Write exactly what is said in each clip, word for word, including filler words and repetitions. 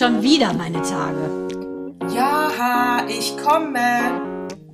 schon wieder meine Tage. Ja, ich komme.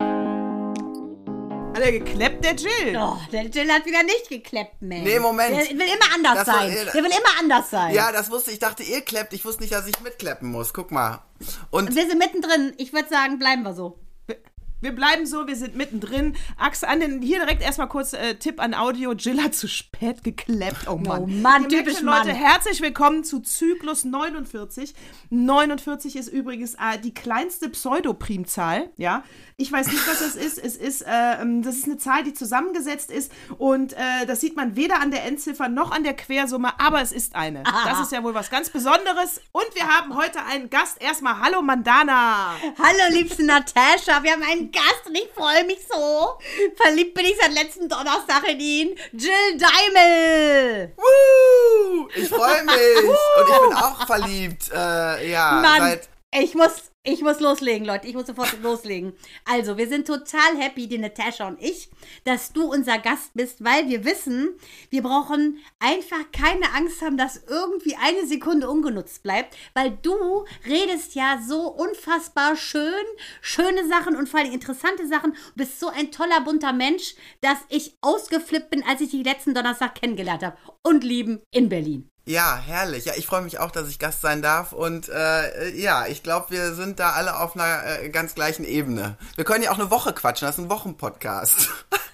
Hat er gekleppt, der Jill? Oh, der Jill hat wieder nicht gekleppt, Mensch. Nee, Moment. Der will immer anders Das sein. war- Der will immer anders sein. Ja, das wusste ich. Ich dachte, ihr kleppt. Ich wusste nicht, dass ich mitkleppen muss. Guck mal. Und Wir sind mittendrin. Ich würde sagen, bleiben wir so. Wir bleiben so, wir sind mittendrin. Axel, an den, hier direkt erstmal kurz äh, Tipp an Audio. Jill hat zu spät gekleppt. Oh Mann. Oh Mann, Ihr merkt typisch schon, Mann. Leute, herzlich willkommen zu Zyklus neunundvierzig. neunundvierzig ist übrigens äh, die kleinste Pseudoprimzahl. Ja, ich weiß nicht, was das ist. Es ist, äh, das ist eine Zahl, die zusammengesetzt ist. Und äh, das sieht man weder an der Endziffer noch an der Quersumme. Aber es ist eine. Aha. Das ist ja wohl was ganz Besonderes. Und wir haben heute einen Gast. Erstmal Hallo Mandana. Hallo, liebste Natascha. Wir haben einen Gast und ich freue mich so. Verliebt bin ich seit letzten Donnerstag in ihn. Jill Daimel. Woo! Ich freue mich. Und ich bin auch verliebt. Äh, ja, Mann, seit... ich muss, ich muss loslegen, Leute. Ich muss sofort loslegen. Also, wir sind total happy, die Natascha und ich, dass du unser Gast bist, weil wir wissen, wir brauchen einfach keine Angst haben, dass irgendwie eine Sekunde ungenutzt bleibt, weil du redest ja so unfassbar schön, schöne Sachen und vor allem interessante Sachen. Du bist so ein toller, bunter Mensch, dass ich ausgeflippt bin, als ich dich letzten Donnerstag kennengelernt habe. Und lieben in Berlin. Ja, herrlich. Ja, ich freue mich auch, dass ich Gast sein darf. Und äh, ja, ich glaube, wir sind da alle auf einer äh, ganz gleichen Ebene. Wir können ja auch eine Woche quatschen. Das ist ein Wochenpodcast.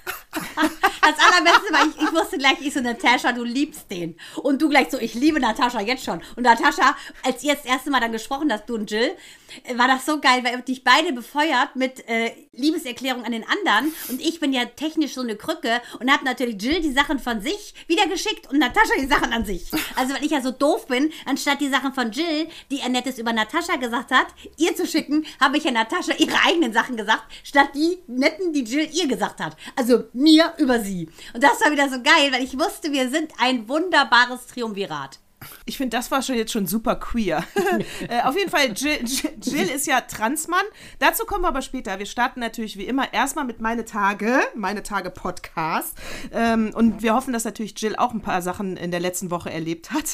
Das Allerbeste war, ich, ich wusste gleich, ich so, Natascha, du liebst den. Und du gleich so, ich liebe Natascha jetzt schon. Und Natascha, als ihr das erste Mal dann gesprochen hast, du und Jill, war das so geil, weil ihr dich beide befeuert mit äh, Liebeserklärung an den anderen. Und ich bin ja technisch so eine Krücke und habe natürlich Jill die Sachen von sich wieder geschickt und Natascha die Sachen an sich. Also weil ich ja so doof bin, anstatt die Sachen von Jill, die er Nettes über Natascha gesagt hat, ihr zu schicken, habe ich ja Natascha ihre eigenen Sachen gesagt, statt die netten, die Jill ihr gesagt hat. Also mir über sie. Und das war wieder so geil, weil ich wusste, wir sind ein wunderbares Triumvirat. Ich finde, das war schon jetzt schon super queer. äh, auf jeden Fall, Jill, Jill, Jill ist ja Transmann. Dazu kommen wir aber später. Wir starten natürlich wie immer erstmal mit Meine Tage, Meine Tage Podcast. Ähm, und wir hoffen, dass natürlich Jill auch ein paar Sachen in der letzten Woche erlebt hat.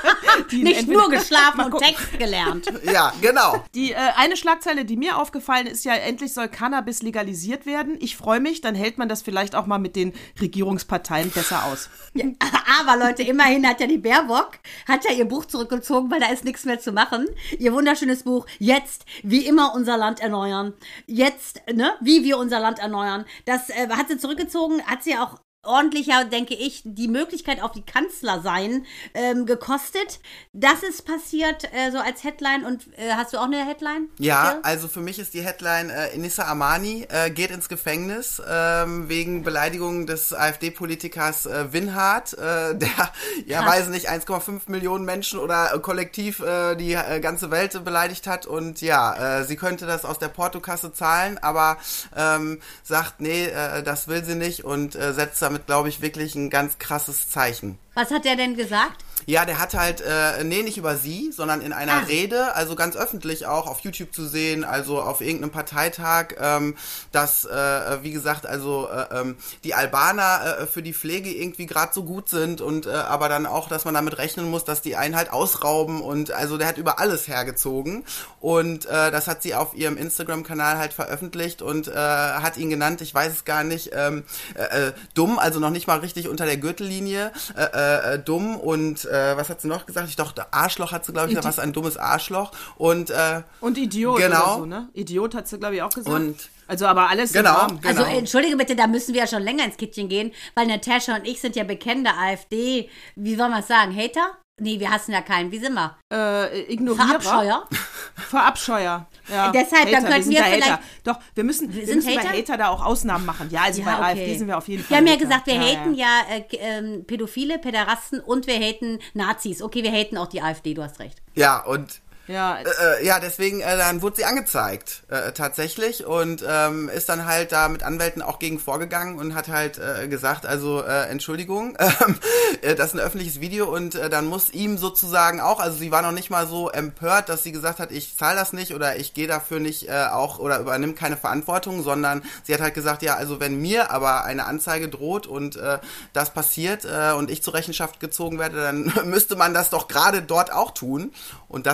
Die Nicht entweder- nur geschlafen Mal und gucken. Text gelernt. Ja, genau. Die äh, eine Schlagzeile, die mir aufgefallen ist, ja, endlich soll Cannabis legalisiert werden. Ich freue mich, dann hält man das vielleicht auch mal mit den Regierungsparteien besser aus. Ja, aber Leute, immerhin hat ja die Baerbock, hat ja ihr Buch zurückgezogen, weil da ist nichts mehr zu machen. Ihr wunderschönes Buch, jetzt, wie immer unser Land erneuern. Jetzt, ne, wie wir unser Land erneuern. Das äh, hat sie zurückgezogen, hat sie auch ordentlicher, denke ich, die Möglichkeit auf die Kanzler sein ähm, gekostet. Das ist passiert, äh, so als Headline. Und äh, hast du auch eine Headline? Ja, Jill? also für mich ist die Headline, äh, Inissa Amani äh, geht ins Gefängnis ähm, wegen Beleidigung des AfD-Politikers äh, Winhardt, äh, der, ja Krass. weiß nicht, eins Komma fünf Millionen Menschen oder äh, kollektiv äh, die äh, ganze Welt äh, beleidigt hat. Und ja, äh, sie könnte das aus der Portokasse zahlen, aber ähm, sagt, nee, äh, das will sie nicht und äh, setzt damit, glaube ich, wirklich ein ganz krasses Zeichen. Was hat der denn gesagt? Ja, der hat halt, äh, nee, nicht über sie, sondern in einer Ah. Rede, also ganz öffentlich auch auf YouTube zu sehen, also auf irgendeinem Parteitag, ähm, dass, äh, wie gesagt, also äh, ähm, die Albaner äh, für die Pflege irgendwie gerade so gut sind und äh, aber dann auch, dass man damit rechnen muss, dass die einen halt ausrauben und also der hat über alles hergezogen und äh, das hat sie auf ihrem Instagram-Kanal halt veröffentlicht und äh, hat ihn genannt, ich weiß es gar nicht, ähm, äh, äh, dumm, also noch nicht mal richtig unter der Gürtellinie, äh, äh, dumm und äh, was hat sie noch gesagt? Ich dachte, Arschloch hat sie, glaube ich, gesagt, was ein dummes Arschloch. Und, äh, Und Idiot Genau. oder so, ne? Idiot hat sie, glaube ich, auch gesagt. Und- also aber alles Genau. im Rahmen. Genau. Also entschuldige bitte, da müssen wir ja schon länger ins Kittchen gehen, weil Natascha und ich sind ja bekennende AfD, wie soll man es sagen, Hater? Nee, wir hassen ja keinen. Wie sind wir? Äh, Ignorierer. Verabscheuer? Verabscheuer. Ja. Deshalb, dann Hater, könnten sind wir da vielleicht- Hater. Doch, wir müssen, wir sind müssen bei Hater? Hater da auch Ausnahmen machen. Ja, also Ja, bei okay. AfD sind wir auf jeden Fall Wir haben ja Hater. gesagt, wir ja, haten ja, äh, ähm, Pädophile, Päderasten und wir haten Nazis. Okay, wir haten auch die AfD, du hast recht. ja, und Ja, Äh, ja, deswegen, äh, dann wurde sie angezeigt, äh, tatsächlich, und ähm, ist dann halt da mit Anwälten auch gegen vorgegangen und hat halt äh, gesagt, also äh, Entschuldigung, äh, das ist ein öffentliches Video und äh, dann muss ihm sozusagen auch, also sie war noch nicht mal so empört, dass sie gesagt hat, ich zahle das nicht oder ich gehe dafür nicht äh, auch oder übernimm keine Verantwortung, sondern sie hat halt gesagt, ja, also wenn mir aber eine Anzeige droht und äh, das passiert äh, und ich zur Rechenschaft gezogen werde, dann müsste man das doch gerade dort auch tun und das ist halt nicht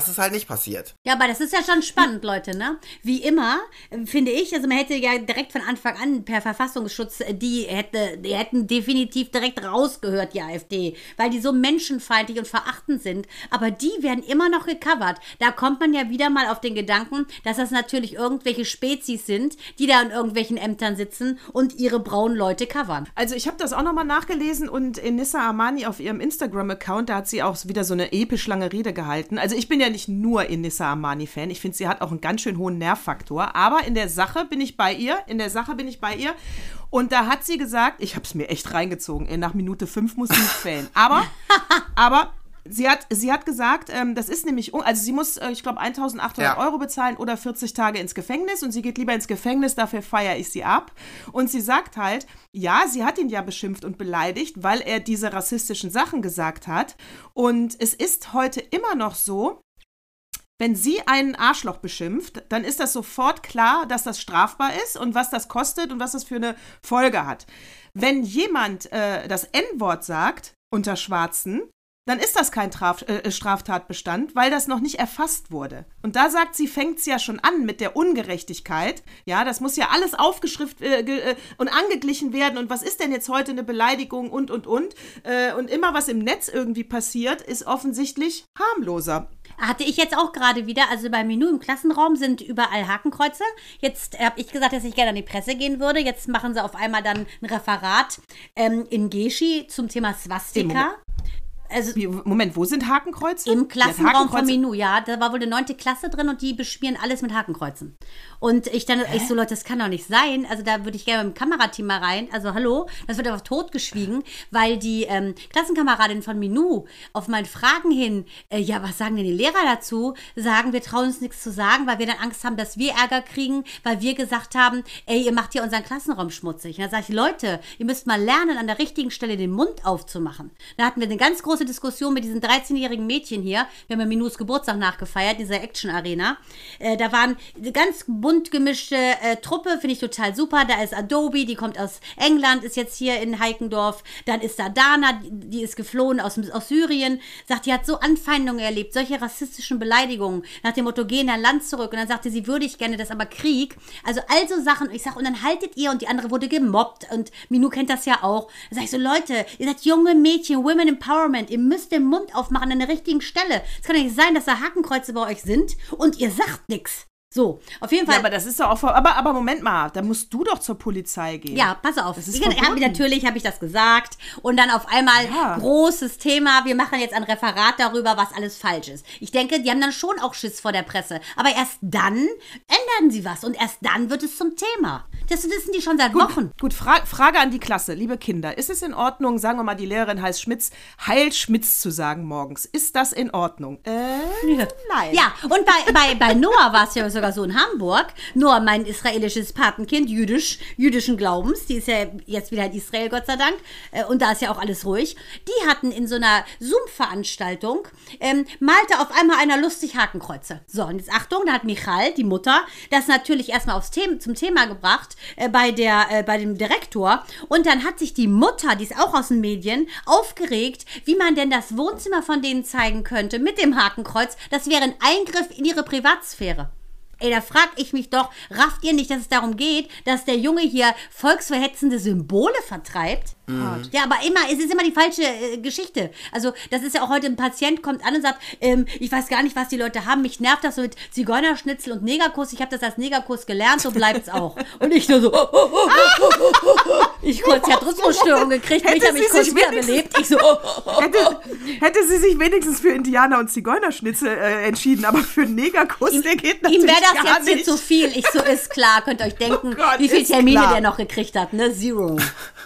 nicht passiert. Ja, aber das ist ja schon spannend, Leute, ne? Wie immer, finde ich, also man hätte ja direkt von Anfang an per Verfassungsschutz, die hätte, die hätten definitiv direkt rausgehört, die AfD, weil die so menschenfeindlich und verachtend sind. Aber die werden immer noch gecovert. Da kommt man ja wieder mal auf den Gedanken, dass das natürlich irgendwelche Spezies sind, die da in irgendwelchen Ämtern sitzen und ihre braunen Leute covern. Also ich habe das auch nochmal nachgelesen und Enissa Armani auf ihrem Instagram-Account, da hat sie auch wieder so eine episch lange Rede gehalten. Also ich bin ja nicht nur Enissa Armani-Fan, ich finde, sie hat auch einen ganz schön hohen Nervfaktor, aber in der Sache bin ich bei ihr, in der Sache bin ich bei ihr und da hat sie gesagt, ich habe es mir echt reingezogen, nach Minute fünf muss sie nicht fällen, aber, aber Sie hat, sie hat gesagt, ähm, das ist nämlich, also sie muss, äh, ich glaube, eintausendachthundert ja. Euro bezahlen oder vierzig Tage ins Gefängnis und sie geht lieber ins Gefängnis, dafür feiere ich sie ab. Und sie sagt halt, ja, sie hat ihn ja beschimpft und beleidigt, weil er diese rassistischen Sachen gesagt hat. Und es ist heute immer noch so, wenn sie einen Arschloch beschimpft, dann ist das sofort klar, dass das strafbar ist und was das kostet und was das für eine Folge hat. Wenn jemand äh, das En-Wort sagt unter Schwarzen, dann ist das kein Traf- äh, Straftatbestand, weil das noch nicht erfasst wurde. Und da sagt sie, fängt es ja schon an mit der Ungerechtigkeit. Ja, das muss ja alles aufgeschrift äh, ge- äh, und angeglichen werden. Und was ist denn jetzt heute eine Beleidigung und, und, und. Äh, und immer, was im Netz irgendwie passiert, ist offensichtlich harmloser. Hatte ich jetzt auch gerade wieder, also bei Minu im Klassenraum sind überall Hakenkreuze. Jetzt habe ich gesagt, dass ich gerne an die Presse gehen würde. Jetzt machen sie auf einmal dann ein Referat ähm, in Geschi zum Thema Swastika. Also, Wie, Moment, wo sind Hakenkreuze? Im Klassenraum von Minu, ja. Da war wohl eine neunte Klasse drin und die beschmieren alles mit Hakenkreuzen. Und ich dann, Hä? ich so, Leute, das kann doch nicht sein. Also da würde ich gerne mit dem Kamerateam mal rein. Also hallo, das wird einfach totgeschwiegen, weil die ähm, Klassenkameradin von Minu auf meine Fragen hin, äh, ja, was sagen denn die Lehrer dazu? Sagen, wir trauen uns nichts zu sagen, weil wir dann Angst haben, dass wir Ärger kriegen, weil wir gesagt haben, ey, ihr macht hier unseren Klassenraum schmutzig. Und dann sage ich, Leute, ihr müsst mal lernen, an der richtigen Stelle den Mund aufzumachen. Da hatten wir eine ganz große Diskussion mit diesen dreizehnjährigen Mädchen hier. Wir haben ja Minus Geburtstag nachgefeiert, in dieser Action-Arena. Äh, da waren eine ganz bunt gemischte äh, Truppe, finde ich total super. Da ist Adobe, die kommt aus England, ist jetzt hier in Heikendorf. Dann ist da Dana, die, die ist geflohen aus, aus Syrien. Sagt, die hat so Anfeindungen erlebt, solche rassistischen Beleidigungen. Nach dem Motto, geh in dein Land zurück. Und dann sagte sie, würde ich gerne, das ist aber Krieg. Also all so Sachen. Und ich sage, und dann haltet ihr, und die andere wurde gemobbt. Und Minu kennt das ja auch. Da sage ich so, Leute, ihr seid junge Mädchen, Women Empowerment. Ihr müsst den Mund aufmachen an der richtigen Stelle. Es kann doch nicht sein, dass da Hakenkreuze bei euch sind und ihr sagt nichts. So, auf jeden Fall. Ja, aber das ist doch auch, aber, aber Moment mal, da musst du doch zur Polizei gehen. Ja, pass auf. Das ist ich, hab, natürlich habe ich das gesagt und dann auf einmal ja. großes Thema, wir machen jetzt ein Referat darüber, was alles falsch ist. Ich denke, die haben dann schon auch Schiss vor der Presse, aber erst dann ändern sie was und erst dann wird es zum Thema. Das wissen die schon seit gut, Wochen. Gut, Fra- Frage an die Klasse, liebe Kinder. Ist es in Ordnung, sagen wir mal, die Lehrerin heißt Schmitz, Heil Schmitz zu sagen morgens? Ist das in Ordnung? Äh, ja. Nein. Ja, und bei, bei, bei Noah war es ja sogar so in Hamburg. Noah, mein israelisches Patenkind, jüdisch, jüdischen Glaubens, die ist ja jetzt wieder in Israel, Gott sei Dank, und da ist ja auch alles ruhig. Die hatten in so einer Zoom-Veranstaltung, ähm, malte auf einmal einer lustig Hakenkreuze. So, und jetzt Achtung, da hat Michal, die Mutter, das natürlich erstmal aufs Thema, zum Thema gebracht, äh, bei, der, äh, bei dem Direktor. Und dann hat sich die Mutter, die ist auch aus den Medien, aufgeregt, wie man denn das Wohnzimmer von denen zeigen könnte mit dem Hakenkreuz. Das wäre ein Eingriff in ihre Privatsphäre. Ey, da frag ich mich doch, rafft ihr nicht, dass es darum geht, dass der Junge hier volksverhetzende Symbole vertreibt? Mhm. Ja, aber immer, es ist immer die falsche äh, Geschichte. Also, das ist ja auch heute, ein Patient kommt an und sagt, ähm, ich weiß gar nicht, was die Leute haben, mich nervt das so mit Zigeunerschnitzel und Negerkuss, ich habe das als Negerkuss gelernt, so bleibt's auch. Und ich nur so, oh, oh, oh, oh, oh, oh. Ich kurz Herzrhythmusstörung gekriegt, mich habe ich kurz wiederbelebt. Ich so, oh, oh, oh. Hätte, hätte sie sich wenigstens für Indianer und Zigeunerschnitzel äh, entschieden, aber für einen Negerkuss, ihm, der geht natürlich ihm wäre das gar jetzt nicht. Hier zu viel. Ich so, ist klar, könnt euch denken, oh Gott, wie viele Termine klar. der noch gekriegt hat, ne? Zero.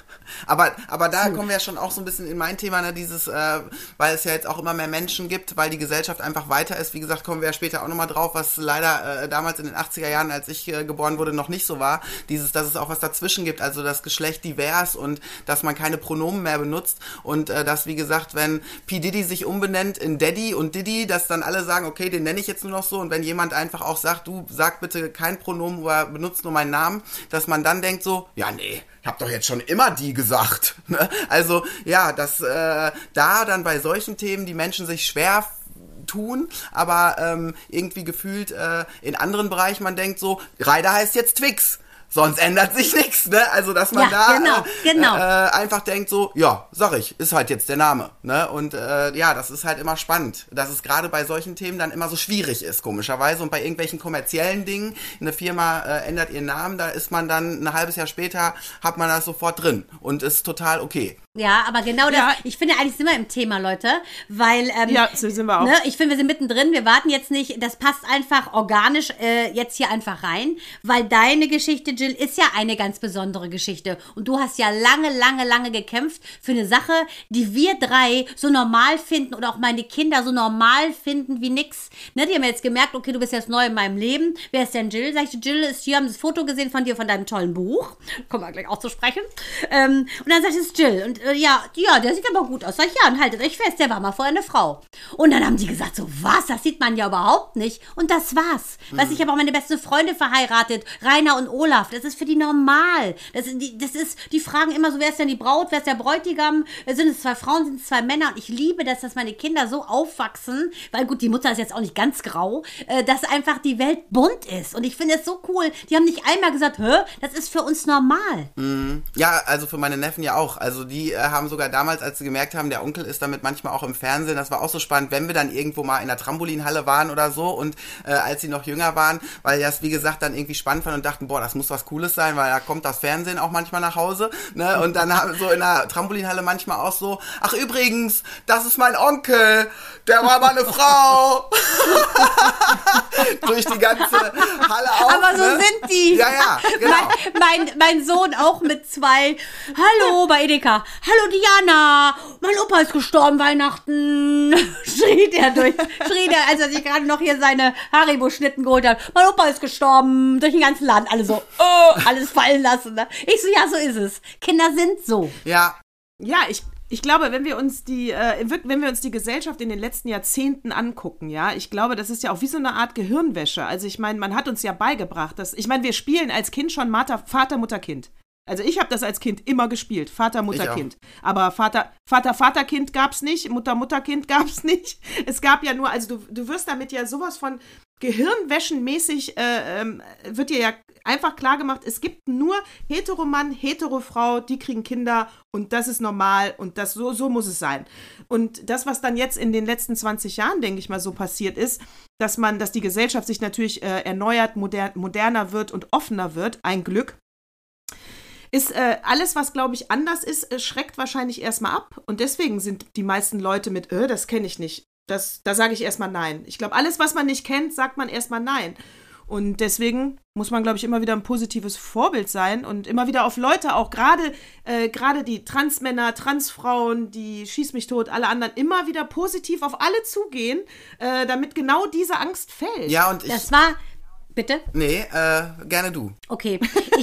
Aber, aber da kommen wir ja schon auch so ein bisschen in mein Thema, ne, dieses, äh, weil es ja jetzt auch immer mehr Menschen gibt, weil die Gesellschaft einfach weiter ist. Wie gesagt, kommen wir ja später auch nochmal drauf, was leider äh, damals in den achtziger Jahren, als ich äh, geboren wurde, noch nicht so war. Dieses, dass es auch was dazwischen gibt, also das Geschlecht divers und dass man keine Pronomen mehr benutzt und äh, dass, wie gesagt, wenn P. Diddy sich umbenennt in Daddy und Diddy, dass dann alle sagen, okay, den nenne ich jetzt nur noch so, und wenn jemand einfach auch sagt, du sag bitte kein Pronomen oder benutzt nur meinen Namen, dass man dann denkt so, ja nee, ich hab doch jetzt schon immer die gesagt. Also ja, dass äh, da dann bei solchen Themen die Menschen sich schwer tun, aber ähm, irgendwie gefühlt äh, in anderen Bereichen man denkt so, Reider heißt jetzt Twix. Sonst ändert sich nichts, ne? Also, dass man ja, da genau, äh, genau. Äh, einfach denkt so, ja, sag ich, ist halt jetzt der Name, ne? Und äh, ja, das ist halt immer spannend, dass es gerade bei solchen Themen dann immer so schwierig ist, komischerweise. Und bei irgendwelchen kommerziellen Dingen, eine Firma äh, ändert ihren Namen, da ist man dann ein halbes Jahr später, hat man das sofort drin und ist total okay. Ja, aber genau das, Ja. ich finde eigentlich sind wir im Thema, Leute, weil, ähm, Ja, so sind wir auch. ne, ich finde, wir sind mittendrin, wir warten jetzt nicht, das passt einfach organisch äh, jetzt hier einfach rein, weil deine Geschichte, Jill, ist ja eine ganz besondere Geschichte und du hast ja lange, lange, lange gekämpft für eine Sache, die wir drei so normal finden oder auch meine Kinder so normal finden wie nix. Ne, die haben jetzt gemerkt, okay, du bist jetzt neu in meinem Leben, wer ist denn Jill? Sag ich, Jill ist hier, haben das Foto gesehen von dir, von deinem tollen Buch, kommen wir gleich auch zu sprechen, ähm, und dann sagt es Jill und äh, ja, ja, der sieht aber gut aus. Sag ich, ja, und haltet euch fest, der war mal vorher eine Frau. Und dann haben die gesagt, so was, das sieht man ja überhaupt nicht. Und das war's. Mhm. Weißt, ich habe auch meine besten Freunde verheiratet, Rainer und Olaf. Das ist für die normal. Das ist, die, das ist, die fragen immer so, wer ist denn die Braut, wer ist der Bräutigam? Sind es zwei Frauen, sind es zwei Männer? Und ich liebe das, dass meine Kinder so aufwachsen, weil gut, die Mutter ist jetzt auch nicht ganz grau, äh, dass einfach die Welt bunt ist. Und ich finde es so cool. Die haben nicht einmal gesagt, hä, das ist für uns normal. Mhm. Ja, also für meine Neffen ja auch. Also die äh, haben sogar damals, als sie gemerkt haben, der Onkel ist damit manchmal auch im Fernsehen, das war auch so spannend, wenn wir dann irgendwo mal in der Trampolinhalle waren oder so und äh, als sie noch jünger waren, weil die das, wie gesagt, dann irgendwie spannend fanden und dachten, boah, das muss was Cooles sein, weil da kommt das Fernsehen auch manchmal nach Hause, ne? Und dann haben so in der Trampolinhalle manchmal auch so, ach übrigens, das ist mein Onkel, der war mal eine Frau. Durch die ganze Halle auch. Aber so ne? sind die. Ja, ja, genau. Mein, mein, mein Sohn auch mit zwei. Hallo bei Edeka. Hallo Diana. Mein Opa ist gestorben Weihnachten. Schrie der durch. Schrie der, als er sich gerade noch hier seine Haribo-Schnitten geholt hat. Mein Opa ist gestorben. Durch den ganzen Land. Alle so, oh, alles fallen lassen. Ne? Ich so, ja, so ist es. Kinder sind so. Ja. Ja, ich, ich glaube, wenn wir uns die, äh, wenn wir uns die Gesellschaft in den letzten Jahrzehnten angucken, ja, ich glaube, das ist ja auch wie so eine Art Gehirnwäsche. Also ich meine, man hat uns ja beigebracht, dass, ich meine, wir spielen als Kind schon Vater, Vater, Mutter, Kind. Also ich habe das als Kind immer gespielt, Vater, Mutter, Kind. Aber Vater, Vater, Vater, Kind gab's nicht, Mutter, Mutter, Kind gab's nicht. Es gab ja nur, also du, du wirst damit ja sowas von gehirnwäschenmäßig, äh, ähm, wird dir ja einfach klar gemacht, es gibt nur Heteromann, Heterofrau, die kriegen Kinder und das ist normal und das so, so muss es sein. Und das, was dann jetzt in den letzten zwanzig Jahren, denke ich mal, so passiert ist, dass man, dass die Gesellschaft sich natürlich äh, erneuert, moder- moderner wird und offener wird, ein Glück, ist äh, alles, was, glaube ich, anders ist, äh, schreckt wahrscheinlich erstmal ab. Und deswegen sind die meisten Leute mit, äh, das kenne ich nicht. Das, da sage ich erstmal nein. Ich glaube, alles, was man nicht kennt, sagt man erstmal nein. Und deswegen muss man, glaube ich, immer wieder ein positives Vorbild sein und immer wieder auf Leute, auch gerade äh, gerade die Transmänner, Transfrauen, die Schieß mich tot, alle anderen, immer wieder positiv auf alle zugehen, äh, damit genau diese Angst fällt. Ja, und ich... Das war, bitte? Nee, äh, gerne du. Okay, ich...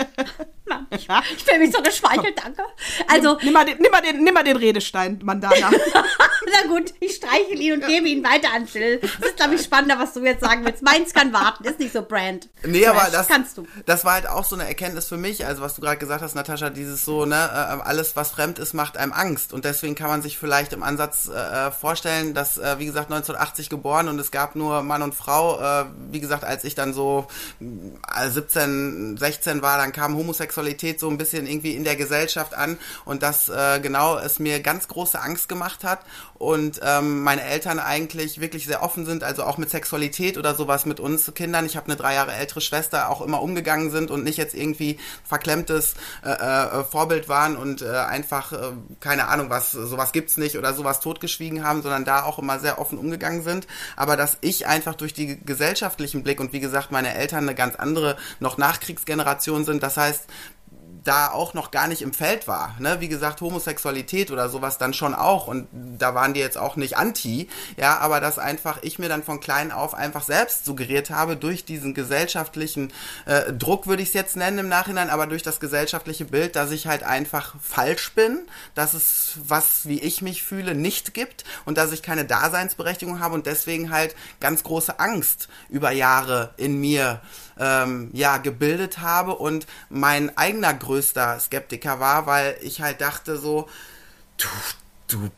Ich, ich fühle mich so geschmeichelt, danke. Also, nimm, nimm, mal den, nimm, mal den, nimm mal den Redestein, Mandana. na gut, ich streichel ihn und gebe ihn weiter an Jill. Das ist, glaube ich, spannender, was du jetzt sagen willst. Meins kann warten, ist nicht so Brand. Nee, Trash. aber das, kannst du. Das war halt auch so eine Erkenntnis für mich, also was du gerade gesagt hast, Natascha, dieses so, ne, äh, alles, was fremd ist, macht einem Angst. Und deswegen kann man sich vielleicht im Ansatz äh, vorstellen, dass, äh, wie gesagt, neunzehnhundertachtzig geboren und es gab nur Mann und Frau. Äh, wie gesagt, als ich dann so äh, siebzehn, sechzehn war, dann kam Homosexualität so ein bisschen irgendwie in der Gesellschaft an und das äh, genau es mir ganz große Angst gemacht hat und ähm, meine Eltern eigentlich wirklich sehr offen sind, also auch mit Sexualität oder sowas mit uns Kindern. Ich habe eine drei Jahre ältere Schwester, auch immer umgegangen sind und nicht jetzt irgendwie verklemmtes äh, äh, Vorbild waren und äh, einfach, äh, keine Ahnung, was sowas gibt's nicht oder sowas totgeschwiegen haben, sondern da auch immer sehr offen umgegangen sind. Aber dass ich einfach durch die gesellschaftlichen Blick und wie gesagt, meine Eltern eine ganz andere, noch Nachkriegsgeneration sind, das heißt, da auch noch gar nicht im Feld war. Ne? Wie gesagt, Homosexualität oder sowas dann schon auch und da waren die jetzt auch nicht anti, ja, aber dass einfach ich mir dann von klein auf einfach selbst suggeriert habe durch diesen gesellschaftlichen äh, Druck, würde ich es jetzt nennen im Nachhinein, aber durch das gesellschaftliche Bild, dass ich halt einfach falsch bin, dass es was, wie ich mich fühle, nicht gibt und dass ich keine Daseinsberechtigung habe und deswegen halt ganz große Angst über Jahre in mir ähm, ja, gebildet habe und mein eigener größter Skeptiker war, weil ich halt dachte so, du, du bist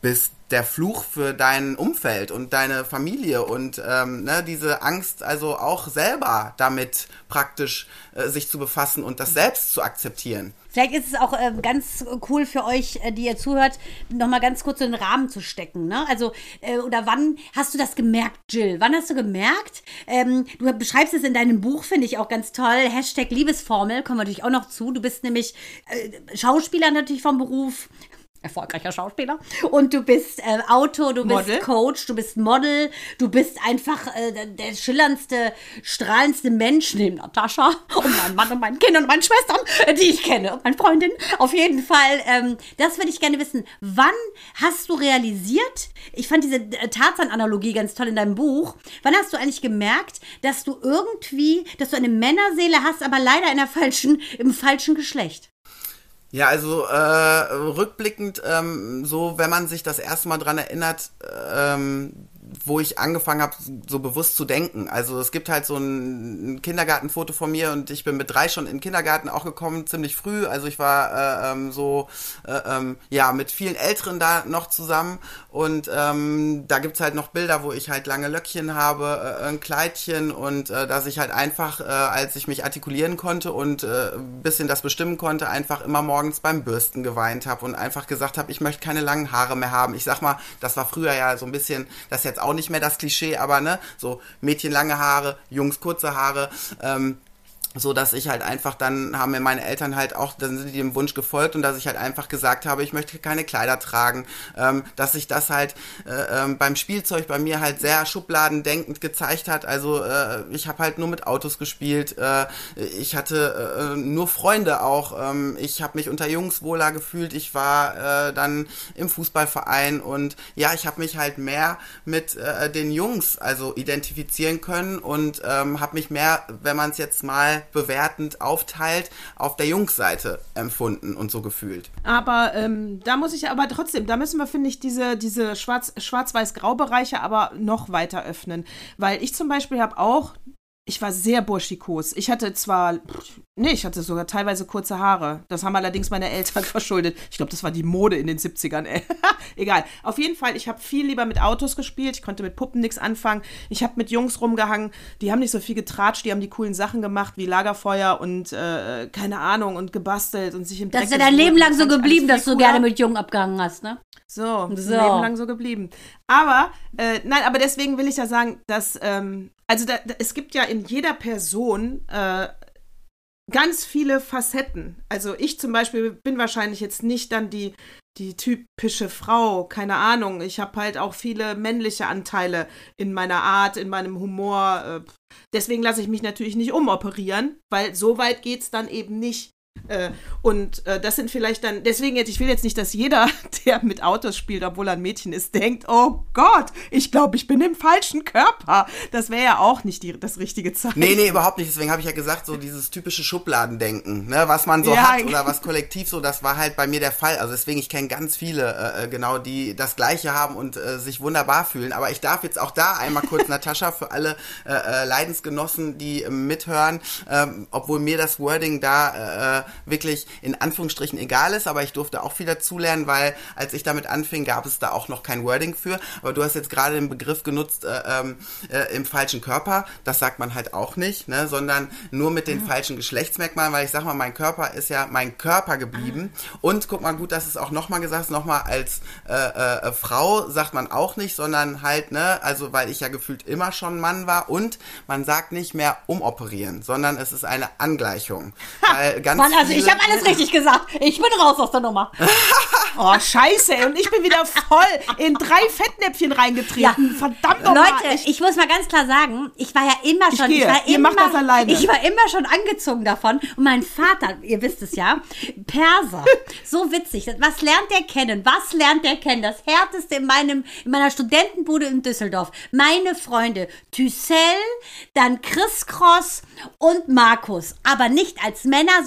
der Fluch für dein Umfeld und deine Familie und ähm, ne, diese Angst also auch selber damit praktisch äh, sich zu befassen und das selbst zu akzeptieren. Vielleicht ist es auch äh, ganz cool für euch, äh, die ihr zuhört, nochmal ganz kurz so einen Rahmen zu stecken. Ne? Also, äh, oder wann hast du das gemerkt, Jill? Wann hast du gemerkt? Ähm, du beschreibst es in deinem Buch, finde ich auch ganz toll. Hashtag Liebesformel, kommen wir natürlich auch noch zu. Du bist nämlich äh, Schauspieler natürlich vom Beruf. Erfolgreicher Schauspieler. Und du bist äh, Autor, du Model. bist Coach, du bist Model, du bist einfach äh, der schillerndste, strahlendste Mensch neben Natascha und meinem Mann und meinen Kindern und meinen Schwestern, äh, die ich kenne und meinen Freundinnen. Auf jeden Fall, ähm, das würde ich gerne wissen. Wann hast du realisiert, ich fand diese äh, Tarzan-Analogie ganz toll in deinem Buch, wann hast du eigentlich gemerkt, dass du irgendwie, dass du eine Männerseele hast, aber leider in der falschen, im falschen Geschlecht? Ja, also äh, rückblickend, ähm, so wenn man sich das erste Mal dran erinnert, ähm, wo ich angefangen habe, so bewusst zu denken. Also es gibt halt so ein Kindergartenfoto von mir und ich bin mit drei schon in den Kindergarten auch gekommen, ziemlich früh. Also ich war äh, ähm, so, äh, ähm, ja, mit vielen Älteren da noch zusammen und ähm, da gibt's halt noch Bilder, wo ich halt lange Löckchen habe, äh, ein Kleidchen und äh, dass ich halt einfach, äh, als ich mich artikulieren konnte und äh, ein bisschen das bestimmen konnte, einfach immer morgens beim Bürsten geweint habe und einfach gesagt habe, ich möchte keine langen Haare mehr haben. Ich sag mal, das war früher ja so ein bisschen, das ist jetzt auch nicht mehr das Klischee, aber ne, so Mädchen lange Haare, Jungs kurze Haare, ähm, so dass ich halt einfach, dann haben mir meine Eltern halt auch, dann sind die dem Wunsch gefolgt und dass ich halt einfach gesagt habe, ich möchte keine Kleider tragen, ähm, dass sich das halt äh, ähm, beim Spielzeug bei mir halt sehr schubladendenkend gezeigt hat, also äh, ich habe halt nur mit Autos gespielt, äh, ich hatte äh, nur Freunde auch, ähm, ich habe mich unter Jungs wohler gefühlt, ich war äh, dann im Fußballverein und ja, ich habe mich halt mehr mit äh, den Jungs also identifizieren können und ähm, habe mich mehr, wenn man es jetzt mal bewertend aufteilt, auf der Jungsseite empfunden und so gefühlt. Aber ähm, da muss ich aber trotzdem, da müssen wir, finde ich, diese, diese Schwarz, Schwarz-Weiß-Grau-Bereiche aber noch weiter öffnen. Weil ich zum Beispiel habe auch, ich war sehr burschikos. Ich hatte zwar, nee, ich hatte sogar teilweise kurze Haare. Das haben allerdings meine Eltern verschuldet. Ich glaube, das war die Mode in den siebzigern, ey. Egal. Auf jeden Fall, ich habe viel lieber mit Autos gespielt. Ich konnte mit Puppen nichts anfangen. Ich habe mit Jungs rumgehangen. Die haben nicht so viel getratscht. Die haben die coolen Sachen gemacht, wie Lagerfeuer und, äh, keine Ahnung, und gebastelt und sich im Dreck. Das ist ja dein Leben lang so geblieben, dass du gerne mit Jungen abgehangen hast, ne? So, so. so. Leben lang so geblieben. Aber, äh, nein, aber deswegen will ich ja sagen, dass, ähm, also da, da, es gibt ja in jeder Person äh, ganz viele Facetten. Also ich zum Beispiel bin wahrscheinlich jetzt nicht dann die, die typische Frau, keine Ahnung. Ich habe halt auch viele männliche Anteile in meiner Art, in meinem Humor. Äh, deswegen lasse ich mich natürlich nicht umoperieren, weil so weit geht's dann eben nicht. Äh, und äh, das sind vielleicht dann, deswegen jetzt, ich will jetzt nicht, dass jeder, der mit Autos spielt, obwohl er ein Mädchen ist, denkt, oh Gott, ich glaube, ich bin im falschen Körper. Das wäre ja auch nicht die, das richtige Zeichen. Nee, nee, überhaupt nicht. Deswegen habe ich ja gesagt, so dieses typische Schubladendenken, ne, was man so ja, hat oder was kollektiv so, das war halt bei mir der Fall. Also deswegen, ich kenne ganz viele, äh, genau, die das Gleiche haben und äh, sich wunderbar fühlen. Aber ich darf jetzt auch da einmal kurz, Natascha, für alle äh, äh, Leidensgenossen, die äh, mithören, äh, obwohl mir das Wording da äh, wirklich in Anführungsstrichen egal ist, aber ich durfte auch viel dazulernen, weil als ich damit anfing, gab es da auch noch kein Wording für, aber du hast jetzt gerade den Begriff genutzt, äh, äh, im falschen Körper, das sagt man halt auch nicht, ne, sondern nur mit den ah. falschen Geschlechtsmerkmalen, weil ich sag mal, mein Körper ist ja mein Körper geblieben ah. und guck mal, gut, dass es auch nochmal gesagt ist, nochmal als äh, äh, Frau sagt man auch nicht, sondern halt, ne, also weil ich ja gefühlt immer schon Mann war und man sagt nicht mehr umoperieren, sondern es ist eine Angleichung, weil ganz Mann, also ich habe alles richtig gesagt. Ich bin raus aus der Nummer. Oh, scheiße. Und ich bin wieder voll in drei Fettnäpfchen reingetreten. Ja. Verdammt nochmal. Leute, ich, ich muss mal ganz klar sagen, ich war ja immer schon, ich, ich, war ihr immer, macht das alleine. ich war immer schon angezogen davon. Und mein Vater, ihr wisst es ja, Perser. So witzig. Was lernt der kennen? Was lernt der kennen? Das Härteste in, meinem, in meiner Studentenbude in Düsseldorf. Meine Freunde, Thyssel, dann Chris Cross und Markus. Aber nicht als Männer, sondern als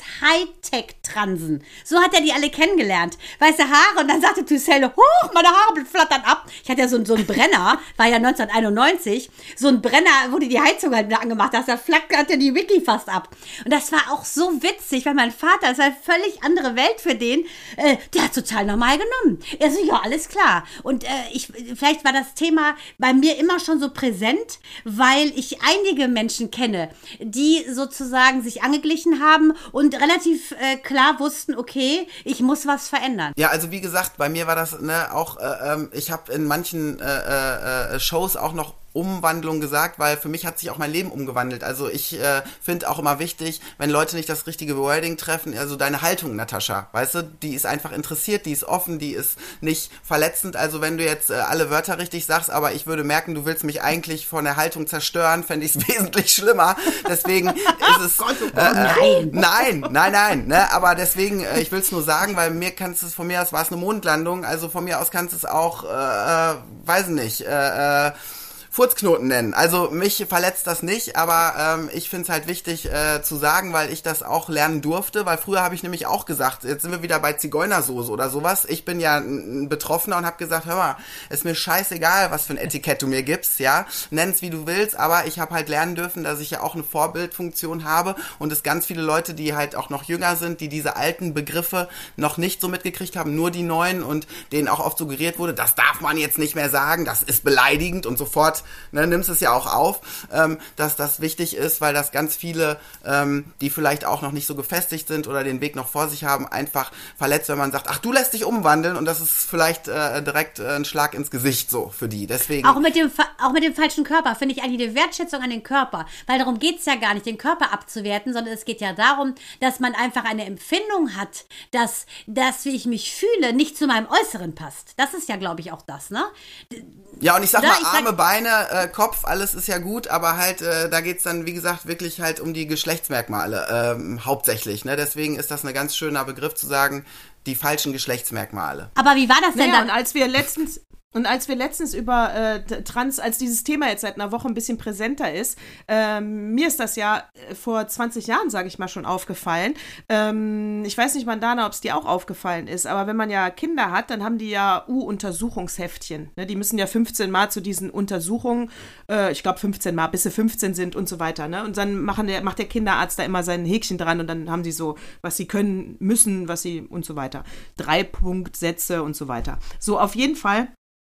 Hightech-Transen. So hat er die alle kennengelernt. Weiße Haare und dann sagte Tuselle, huch, meine Haare flattern ab. Ich hatte ja so, so einen Brenner, war ja neunzehnhunderteinundneunzig, so ein Brenner, wo du die Heizung halt wieder angemacht hast, da flackerte die Wiki fast ab. Und das war auch so witzig, weil mein Vater, das war eine völlig andere Welt für den, äh, der hat total normal genommen. Er so, ja, alles klar. Und äh, ich, vielleicht war das Thema bei mir immer schon so präsent, weil ich einige Menschen kenne, die sozusagen sich angeglichen haben und relativ äh, klar wussten, okay, ich muss was verändern. Ja, also wie gesagt, bei mir war das ne, auch, äh, ähm, ich habe in manchen äh, äh, Shows auch noch Umwandlung gesagt, weil für mich hat sich auch mein Leben umgewandelt. Also ich äh, finde auch immer wichtig, wenn Leute nicht das richtige Wording treffen, also deine Haltung, Natascha, weißt du, die ist einfach interessiert, die ist offen, die ist nicht verletzend. Also wenn du jetzt äh, alle Wörter richtig sagst, aber ich würde merken, du willst mich eigentlich von der Haltung zerstören, fände ich es wesentlich schlimmer. Deswegen ist es... Gott, oh Gott, äh, nein. Nein, nein, nein. Ne? Aber deswegen, äh, ich will es nur sagen, weil mir kannst es von mir aus, war es eine Mondlandung, also von mir aus kannst du es auch, äh, äh, weiß nicht, äh, äh, Furzknoten nennen. Also mich verletzt das nicht, aber ähm, ich finde es halt wichtig äh, zu sagen, weil ich das auch lernen durfte, weil früher habe ich nämlich auch gesagt, jetzt sind wir wieder bei Zigeunersoße oder sowas. Ich bin ja ein Betroffener und habe gesagt, hör mal, ist mir scheißegal, was für ein Etikett du mir gibst, ja, nenn's wie du willst, aber ich habe halt lernen dürfen, dass ich ja auch eine Vorbildfunktion habe und es ganz viele Leute, die halt auch noch jünger sind, die diese alten Begriffe noch nicht so mitgekriegt haben, nur die neuen und denen auch oft suggeriert wurde, das darf man jetzt nicht mehr sagen, das ist beleidigend und sofort Ne, nimmst es ja auch auf, ähm, dass das wichtig ist, weil das ganz viele, ähm, die vielleicht auch noch nicht so gefestigt sind oder den Weg noch vor sich haben, einfach verletzt, wenn man sagt, ach, du lässt dich umwandeln und das ist vielleicht äh, direkt äh, ein Schlag ins Gesicht so für die. Deswegen auch mit dem auch mit dem falschen Körper finde ich eigentlich eine Wertschätzung an den Körper, weil darum geht es ja gar nicht, den Körper abzuwerten, sondern es geht ja darum, dass man einfach eine Empfindung hat, dass das, wie ich mich fühle, nicht zu meinem Äußeren passt. Das ist ja, glaube ich, auch das, ne? Ja, und ich sag Oder? mal, Ich Arme, sag- Beine, äh, Kopf, alles ist ja gut, aber halt, äh, da geht's dann, wie gesagt, wirklich halt um die Geschlechtsmerkmale ähm, hauptsächlich. Ne? Deswegen ist das ein ganz schöner Begriff zu sagen, die falschen Geschlechtsmerkmale. Aber wie war das denn Naja, dann? und als wir letztens und als wir letztens über äh, Trans, als dieses Thema jetzt seit einer Woche ein bisschen präsenter ist, ähm, mir ist das ja äh, vor zwanzig Jahren, sage ich mal, schon aufgefallen. Ähm, ich weiß nicht, Mandana, ob es dir auch aufgefallen ist, aber wenn man ja Kinder hat, dann haben die ja U-Untersuchungsheftchen. Ne? Die müssen ja fünfzehn Mal zu diesen Untersuchungen, äh, ich glaube fünfzehn Mal, bis sie fünfzehn sind und so weiter. Ne? Und dann machen der, macht der Kinderarzt da immer sein Häkchen dran und dann haben die so, was sie können, müssen, was sie und so weiter. Drei-Punkt-Sätze und so weiter. So, auf jeden Fall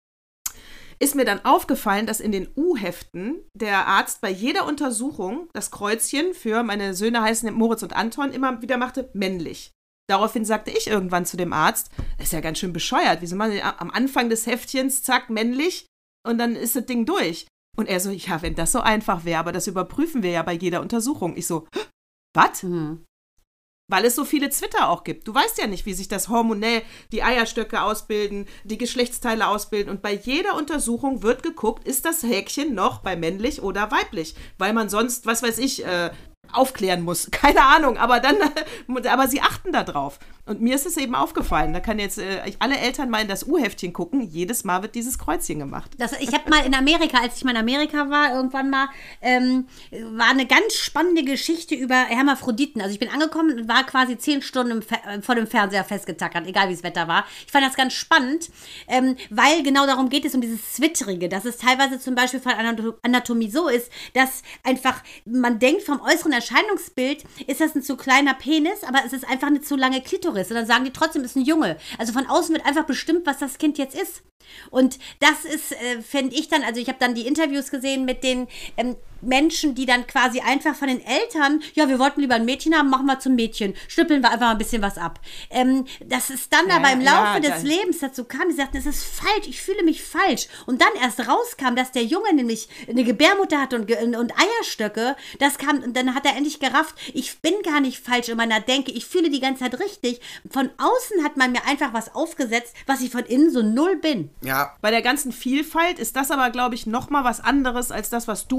ist mir dann aufgefallen, dass in den U-Heften der Arzt bei jeder Untersuchung das Kreuzchen für meine Söhne heißen Moritz und Anton immer wieder machte, männlich. Daraufhin sagte ich irgendwann zu dem Arzt, das ist ja ganz schön bescheuert, wieso machen Sie am Anfang des Heftchens, zack, männlich und dann ist das Ding durch. Und er so, ja, wenn das so einfach wäre, aber das überprüfen wir ja bei jeder Untersuchung. Ich so, was? Hm. Weil es so viele Zwitter auch gibt. Du weißt ja nicht, wie sich das hormonell, die Eierstöcke ausbilden, die Geschlechtsteile ausbilden. Und bei jeder Untersuchung wird geguckt, ist das Häkchen noch bei männlich oder weiblich. Weil man sonst, was weiß ich, äh, aufklären muss. Keine Ahnung, aber dann, aber sie achten da drauf. Und mir ist es eben aufgefallen. Da kann jetzt äh, alle Eltern mal in das U-Heftchen gucken. Jedes Mal wird dieses Kreuzchen gemacht. Das, ich habe mal in Amerika, als ich mal in Amerika war, irgendwann mal, ähm, war eine ganz spannende Geschichte über Hermaphroditen. Also ich bin angekommen und war quasi zehn Stunden im Fe- vor dem Fernseher festgetackert, egal wie das Wetter war. Ich fand das ganz spannend, ähm, weil genau darum geht es, um dieses Zwittrige, dass es teilweise zum Beispiel von Anatomie so ist, dass einfach, man denkt vom äußeren Erscheinungsbild, ist das ein zu kleiner Penis, aber es ist einfach eine zu lange Klitoris. Und dann sagen die trotzdem, es ist ein Junge. Also von außen wird einfach bestimmt, was das Kind jetzt ist. Und das ist, äh, finde ich dann, also ich habe dann die Interviews gesehen mit den ähm, Menschen, die dann quasi einfach von den Eltern, ja, wir wollten lieber ein Mädchen haben, machen wir zum Mädchen, schnippeln wir einfach mal ein bisschen was ab. Ähm, dass es dann Ja, aber im ja, Laufe ja, des dann- Lebens dazu kam, die sagten, es ist falsch, ich fühle mich falsch. Und dann erst rauskam, dass der Junge nämlich eine Gebärmutter hatte und, Ge- und Eierstöcke, das kam, und dann hat er endlich gerafft, ich bin gar nicht falsch in meiner Denke, ich fühle die ganze Zeit richtig. Von außen hat man mir einfach was aufgesetzt, was ich von innen so null bin. Ja, Bei der ganzen Vielfalt ist das aber, glaube ich, noch mal was anderes als das, was du empfunden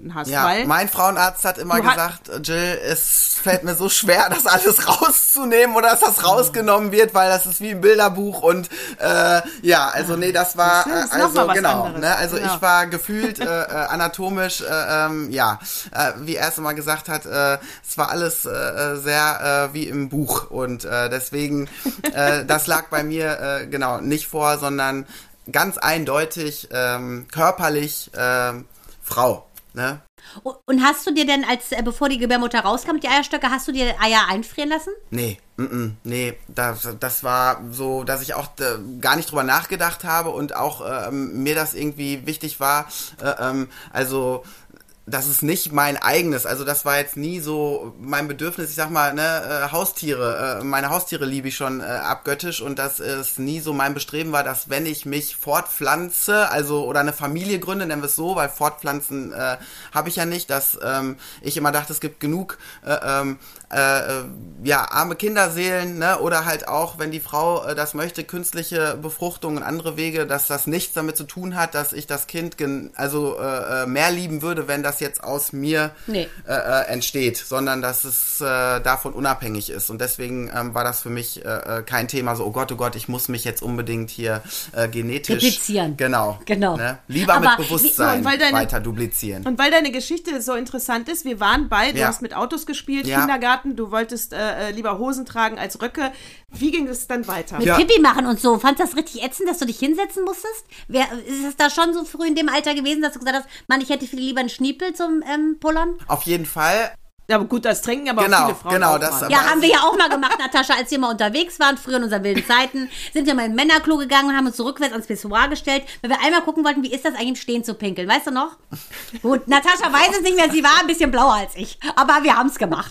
gefunden hast. Ja, weil mein Frauenarzt hat immer Du hat- gesagt, Jill, es fällt mir so schwer, das alles rauszunehmen oder dass das rausgenommen wird, weil das ist wie ein Bilderbuch und äh, ja, also nee, das war Das ist äh, noch mal also was genau, anderes. ne, also Genau. ich war gefühlt äh, äh, anatomisch, äh, ähm, ja, äh, wie er es immer gesagt hat, äh, es war alles äh, sehr äh, wie im Buch und äh, deswegen, äh, das lag bei mir äh, genau nicht vor, sondern ganz eindeutig ähm, körperlich ähm, Frau, ne? Und hast du dir denn, als äh, bevor die Gebärmutter rauskam, die Eierstöcke, hast du dir Eier einfrieren lassen? Nee, mm, mm, nee, das, das war so, dass ich auch äh, gar nicht drüber nachgedacht habe und auch ähm, mir das irgendwie wichtig war, äh, ähm, also das ist nicht mein eigenes, also das war jetzt nie so mein Bedürfnis, ich sag mal, ne, äh, Haustiere, äh, meine Haustiere liebe ich schon äh, abgöttisch und dass es nie so mein Bestreben war, dass wenn ich mich fortpflanze, also oder eine Familie gründe, nennen wir es so, weil fortpflanzen äh, habe ich ja nicht, dass ähm, ich immer dachte, es gibt genug äh, ähm, äh, ja, arme Kinderseelen, ne, oder halt auch, wenn die Frau äh, das möchte, künstliche Befruchtung und andere Wege, dass das nichts damit zu tun hat, dass ich das Kind gen- also äh, mehr lieben würde, wenn das jetzt aus mir Nee. äh, äh, entsteht, sondern dass es äh, davon unabhängig ist. Und deswegen ähm, war das für mich äh, kein Thema so, oh Gott, oh Gott, ich muss mich jetzt unbedingt hier äh, genetisch... Replizieren. Genau. Genau. Ne? Lieber Aber mit wie- Bewusstsein und weil deine- weiter duplizieren. Und weil deine Geschichte so interessant ist, wir waren bei, du Ja. hast mit Autos gespielt, Ja. Kindergarten, du wolltest äh, lieber Hosen tragen als Röcke. Wie ging es dann weiter? Mit Ja. Pipi machen und so. Fandst du das richtig ätzend, dass du dich hinsetzen musstest? Wer, ist es da schon so früh in dem Alter gewesen, dass du gesagt hast, Mann, ich hätte viel lieber einen Schniepel zum ähm, Pullern? Auf jeden Fall. Ja, aber gut, das trinken aber Genau, auch viele Frauen genau, auch das mal. aber- Ja, haben wir ja auch mal gemacht, Natascha, als wir mal unterwegs waren, früher in unseren wilden Zeiten, sind wir mal im Männerklo gegangen und haben uns so rückwärts ans Pissoir gestellt, weil wir einmal gucken wollten, wie ist das eigentlich im Stehen zu pinkeln, weißt du noch? Gut, Natascha weiß es nicht mehr, sie war ein bisschen blauer als ich, aber wir haben es gemacht.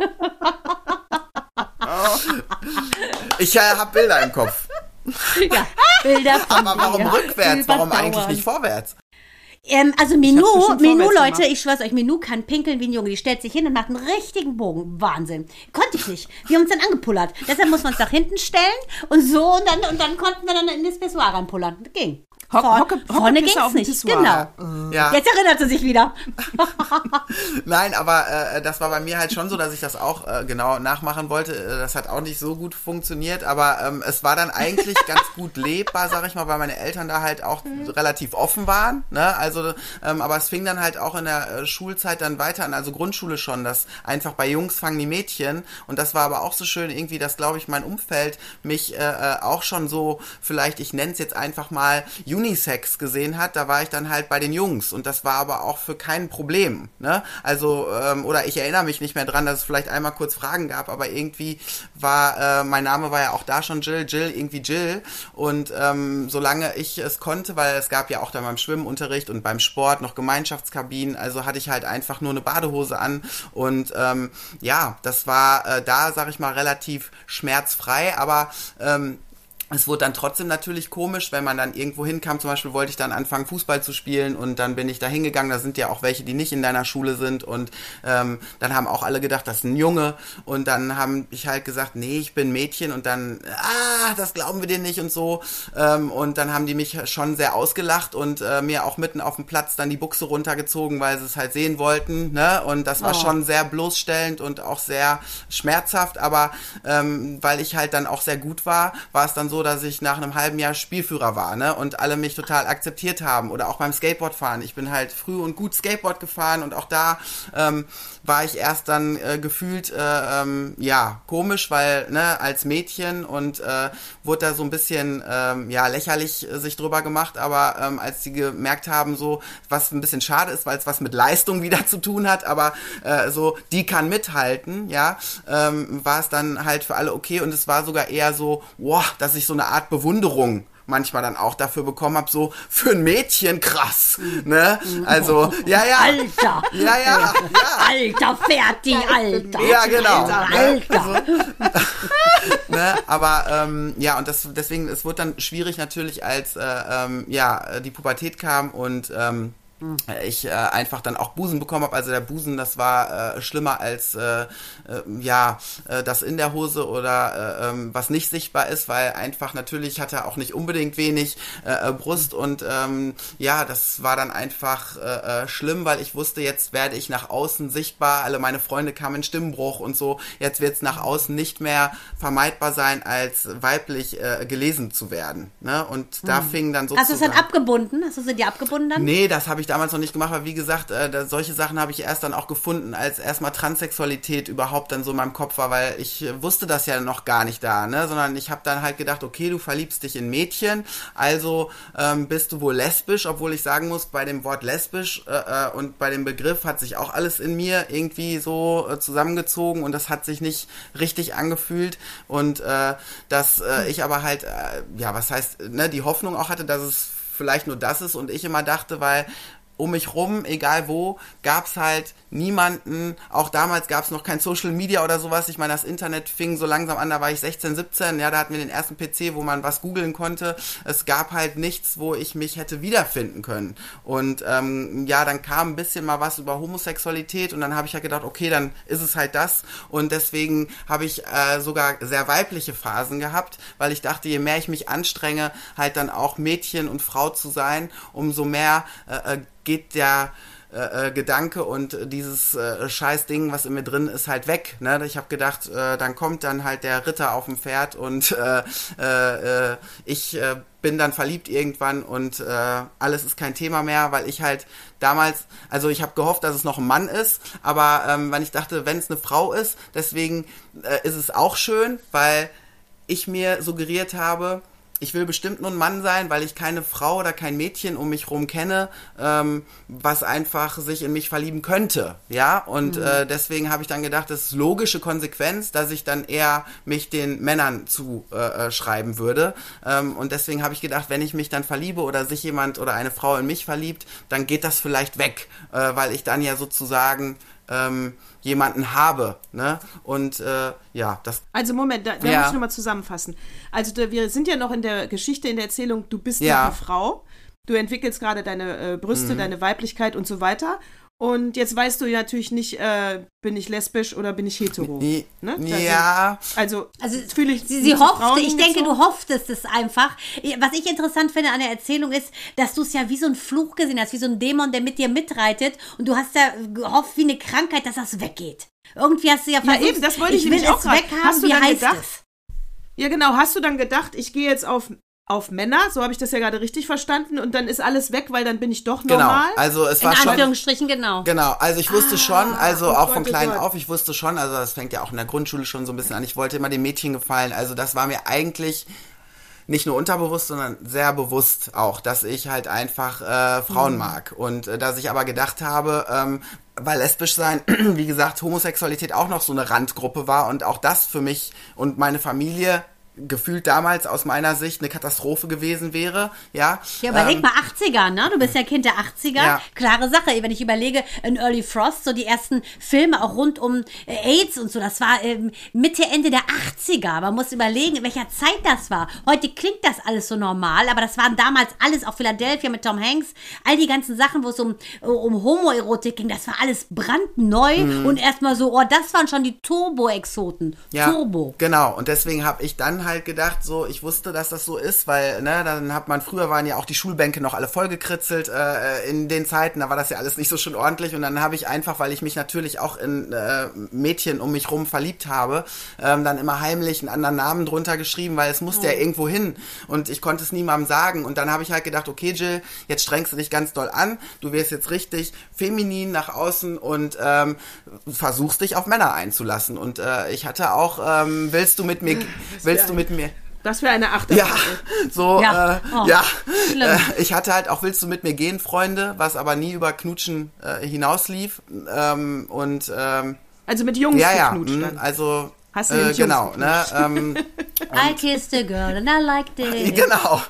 Ich äh, habe Bilder im Kopf. Ja, Bilder von Aber warum mir. rückwärts? Warum eigentlich Überdauern. nicht vorwärts? Ähm, also Minou, hab's bestimmt Minou, vorwärts Leute, gemacht. ich schwör's euch, Minou kann pinkeln wie ein Junge. Die stellt sich hin und macht einen richtigen Bogen. Wahnsinn. Konnte ich nicht. Wir haben uns dann angepullert. Deshalb muss man uns nach hinten stellen und so und dann, und dann konnten wir dann in das Pissoir reinpullern. Ging. Hock- Vor- Hocke- Vorne Hockepisse ging's auf dem nicht. Pissoir. Genau. Ja. Jetzt erinnert sie sich wieder. Nein, aber äh, das war bei mir halt schon so, dass ich das auch äh, genau nachmachen wollte. Äh, Das hat auch nicht so gut funktioniert, aber ähm, es war dann eigentlich ganz gut lebbar, sag ich mal, weil meine Eltern da halt auch relativ offen waren. Ne? Also, ähm, aber es fing dann halt auch in der äh, Schulzeit dann weiter an, also Grundschule schon, dass einfach bei Jungs fangen die Mädchen und das war aber auch so schön irgendwie, dass, glaube ich, mein Umfeld mich äh, äh, auch schon so, vielleicht, ich nenne es jetzt einfach mal Unisex gesehen hat, da war ich dann halt bei den Jungs und das war aber auch für kein Problem, ne? Also, ähm, oder ich erinnere mich nicht mehr dran, dass es vielleicht einmal kurz Fragen gab, aber irgendwie war, äh, mein Name war ja auch da schon Jill, Jill, irgendwie Jill und ähm, solange ich es konnte, weil es gab ja auch dann beim Schwimmunterricht und beim Sport noch Gemeinschaftskabinen, also hatte ich halt einfach nur eine Badehose an und ähm, ja, das war äh, da, sag ich mal, relativ schmerzfrei, aber ähm, es wurde dann trotzdem natürlich komisch, wenn man dann irgendwo hinkam. Zum Beispiel wollte ich dann anfangen, Fußball zu spielen und dann bin ich da hingegangen. Da sind ja auch welche, die nicht in deiner Schule sind und ähm, dann haben auch alle gedacht, das ist ein Junge und dann haben ich halt gesagt, nee, ich bin Mädchen und dann, ah, das glauben wir dir nicht und so ähm, und dann haben die mich schon sehr ausgelacht und äh, mir auch mitten auf dem Platz dann die Buchse runtergezogen, weil sie es halt sehen wollten, ne? Und das war Oh. schon sehr bloßstellend und auch sehr schmerzhaft, aber ähm, weil ich halt dann auch sehr gut war, war es dann so, dass ich nach einem halben Jahr Spielführer war, ne? Und alle mich total akzeptiert haben. Oder auch beim Skateboardfahren. Ich bin halt früh und gut Skateboard gefahren und auch da ähm, war ich erst dann äh, gefühlt, äh, ähm, ja, komisch, weil, ne, als Mädchen und äh, wurde da so ein bisschen, ähm, ja, lächerlich äh, sich drüber gemacht, aber ähm, als sie gemerkt haben, so, was ein bisschen schade ist, weil es was mit Leistung wieder zu tun hat, aber äh, so, die kann mithalten, ja, ähm, war es dann halt für alle okay und es war sogar eher so, wow, dass ich so eine Art Bewunderung manchmal dann auch dafür bekommen habe, so für ein Mädchen krass, ne? Also, ja, ja. Alter. Ja, ja, ja. Alter, fertig, Alter. Ja, genau. Alter. Ne? Ne? Aber ähm, ja, und das deswegen, es wird dann schwierig natürlich, als äh, ähm, ja, die Pubertät kam und ähm, ich äh, einfach dann auch Busen bekommen habe. Also der Busen, das war äh, schlimmer als äh, äh, ja äh, das in der Hose oder äh, ähm, was nicht sichtbar ist, weil einfach natürlich hat er auch nicht unbedingt wenig äh, Brust und ähm, ja, das war dann einfach äh, schlimm, weil ich wusste, jetzt werde ich nach außen sichtbar, alle meine Freunde kamen in Stimmbruch und so, jetzt wird es nach außen nicht mehr vermeidbar sein, als weiblich äh, gelesen zu werden. Ne? Und da hm. fing dann sozusagen... Hast du es dann abgebunden? Hast du sie dir abgebunden dann? Nee, das habe ich damals noch nicht gemacht, weil wie gesagt, äh, da, solche Sachen habe ich erst dann auch gefunden, als erstmal Transsexualität überhaupt dann so in meinem Kopf war, weil ich äh, wusste das ja noch gar nicht da, ne, sondern ich habe dann halt gedacht, okay, du verliebst dich in Mädchen, also ähm, bist du wohl lesbisch, obwohl ich sagen muss, bei dem Wort lesbisch äh, und bei dem Begriff hat sich auch alles in mir irgendwie so äh, zusammengezogen und das hat sich nicht richtig angefühlt und äh, dass äh, ich aber halt, äh, ja, was heißt, ne, die Hoffnung auch hatte, dass es vielleicht nur das ist und ich immer dachte, weil um mich rum, egal wo, gab's halt niemanden, auch damals gab's noch kein Social Media oder sowas, ich meine, das Internet fing so langsam an, da war ich sechzehn, siebzehn, ja, da hatten wir den ersten P C, wo man was googeln konnte, es gab halt nichts, wo ich mich hätte wiederfinden können und ähm, ja, dann kam ein bisschen mal was über Homosexualität und dann habe ich ja halt gedacht, okay, dann ist es halt das und deswegen habe ich äh, sogar sehr weibliche Phasen gehabt, weil ich dachte, je mehr ich mich anstrenge, halt dann auch Mädchen und Frau zu sein, umso mehr äh, geht der äh, Gedanke und dieses äh, scheiß Ding, was in mir drin ist, halt weg. Ne? Ich habe gedacht, äh, dann kommt dann halt der Ritter auf dem Pferd und äh, äh, ich äh, bin dann verliebt irgendwann und äh, alles ist kein Thema mehr, weil ich halt damals, also ich habe gehofft, dass es noch ein Mann ist, aber ähm, weil ich dachte, wenn es eine Frau ist, deswegen äh, ist es auch schön, weil ich mir suggeriert habe, ich will bestimmt nur ein Mann sein, weil ich keine Frau oder kein Mädchen um mich rum kenne, ähm, was einfach sich in mich verlieben könnte, ja, und mhm. äh, deswegen habe ich dann gedacht, das ist logische Konsequenz, dass ich dann eher mich den Männern zuschreiben äh, würde ähm, und deswegen habe ich gedacht, wenn ich mich dann verliebe oder sich jemand oder eine Frau in mich verliebt, dann geht das vielleicht weg, äh, weil ich dann ja sozusagen ähm, jemanden habe, ne? Und äh, ja, das... Also Moment, da, da ja. muss ich nochmal zusammenfassen. Also da, wir sind ja noch in der Geschichte, in der Erzählung, du bist ja noch eine Frau, du entwickelst gerade deine äh, Brüste, mhm. deine Weiblichkeit und so weiter. Und jetzt weißt du ja natürlich nicht, äh, bin ich lesbisch oder bin ich hetero. Nee, ne? Ja. Also, also fühle ich sie, sie hoffte, ich denke, du hofftest es einfach. Was ich interessant finde an der Erzählung ist, dass du es ja wie so ein Fluch gesehen hast, wie so ein Dämon, der mit dir mitreitet. Und du hast ja gehofft, wie eine Krankheit, dass das weggeht. Irgendwie hast du ja versucht, ja, eben, das wollte ich, ich will nämlich auch es weghaben, hast du wie dann heißt gedacht, es? Ja, genau. Hast du dann gedacht, ich gehe jetzt auf... auf Männer, so habe ich das ja gerade richtig verstanden und dann ist alles weg, weil dann bin ich doch normal. Genau, also es war in schon... In Anführungsstrichen, genau. Genau, also ich wusste ah, schon, also oh auch Gott, von klein oh auf, ich wusste schon, also das fängt ja auch in der Grundschule schon so ein bisschen an, ich wollte immer den Mädchen gefallen, also das war mir eigentlich nicht nur unterbewusst, sondern sehr bewusst auch, dass ich halt einfach äh, Frauen mhm. mag und äh, dass ich aber gedacht habe, ähm, weil lesbisch sein, wie gesagt, Homosexualität auch noch so eine Randgruppe war und auch das für mich und meine Familie gefühlt damals aus meiner Sicht eine Katastrophe gewesen wäre, ja. Ja, überleg ähm, mal achtziger, ne? Du bist ja Kind der achtziger. Ja. Klare Sache, wenn ich überlege, in Early Frost, so die ersten Filme auch rund um äh, AIDS und so, das war ähm, Mitte, Ende der achtziger. Man muss überlegen, in welcher Zeit das war. Heute klingt das alles so normal, aber das waren damals alles, auch Philadelphia mit Tom Hanks, all die ganzen Sachen, wo es um, um Homoerotik ging, das war alles brandneu mhm. und erstmal so, oh, das waren schon die Turbo-Exoten. Ja, Turbo. Genau, und deswegen habe ich dann halt gedacht, so, ich wusste, dass das so ist, weil, ne, dann hat man, früher waren ja auch die Schulbänke noch alle vollgekritzelt, äh, in den Zeiten, da war das ja alles nicht so schön ordentlich und dann habe ich einfach, weil ich mich natürlich auch in äh, Mädchen um mich rum verliebt habe, ähm, dann immer heimlich einen anderen Namen drunter geschrieben, weil es musste ja, ja irgendwo hin und ich konnte es niemandem sagen und dann habe ich halt gedacht, okay Jill, jetzt strengst du dich ganz doll an, du wirst jetzt richtig feminin nach außen und ähm, versuchst dich auf Männer einzulassen und äh, ich hatte auch, ähm, willst du mit mir, willst du mit mir Das wäre eine Achterbahn. Ja, so, ja, äh, oh, ja. Äh, ich hatte halt auch Willst du mit mir gehen, Freunde, was aber nie über Knutschen äh, hinauslief. Ähm, und, ähm, also mit Jungs ja, geknutscht ja, dann. Also, Hast du äh, mit genau, Jungs ne, ähm, I kissed a girl and I liked it. Genau.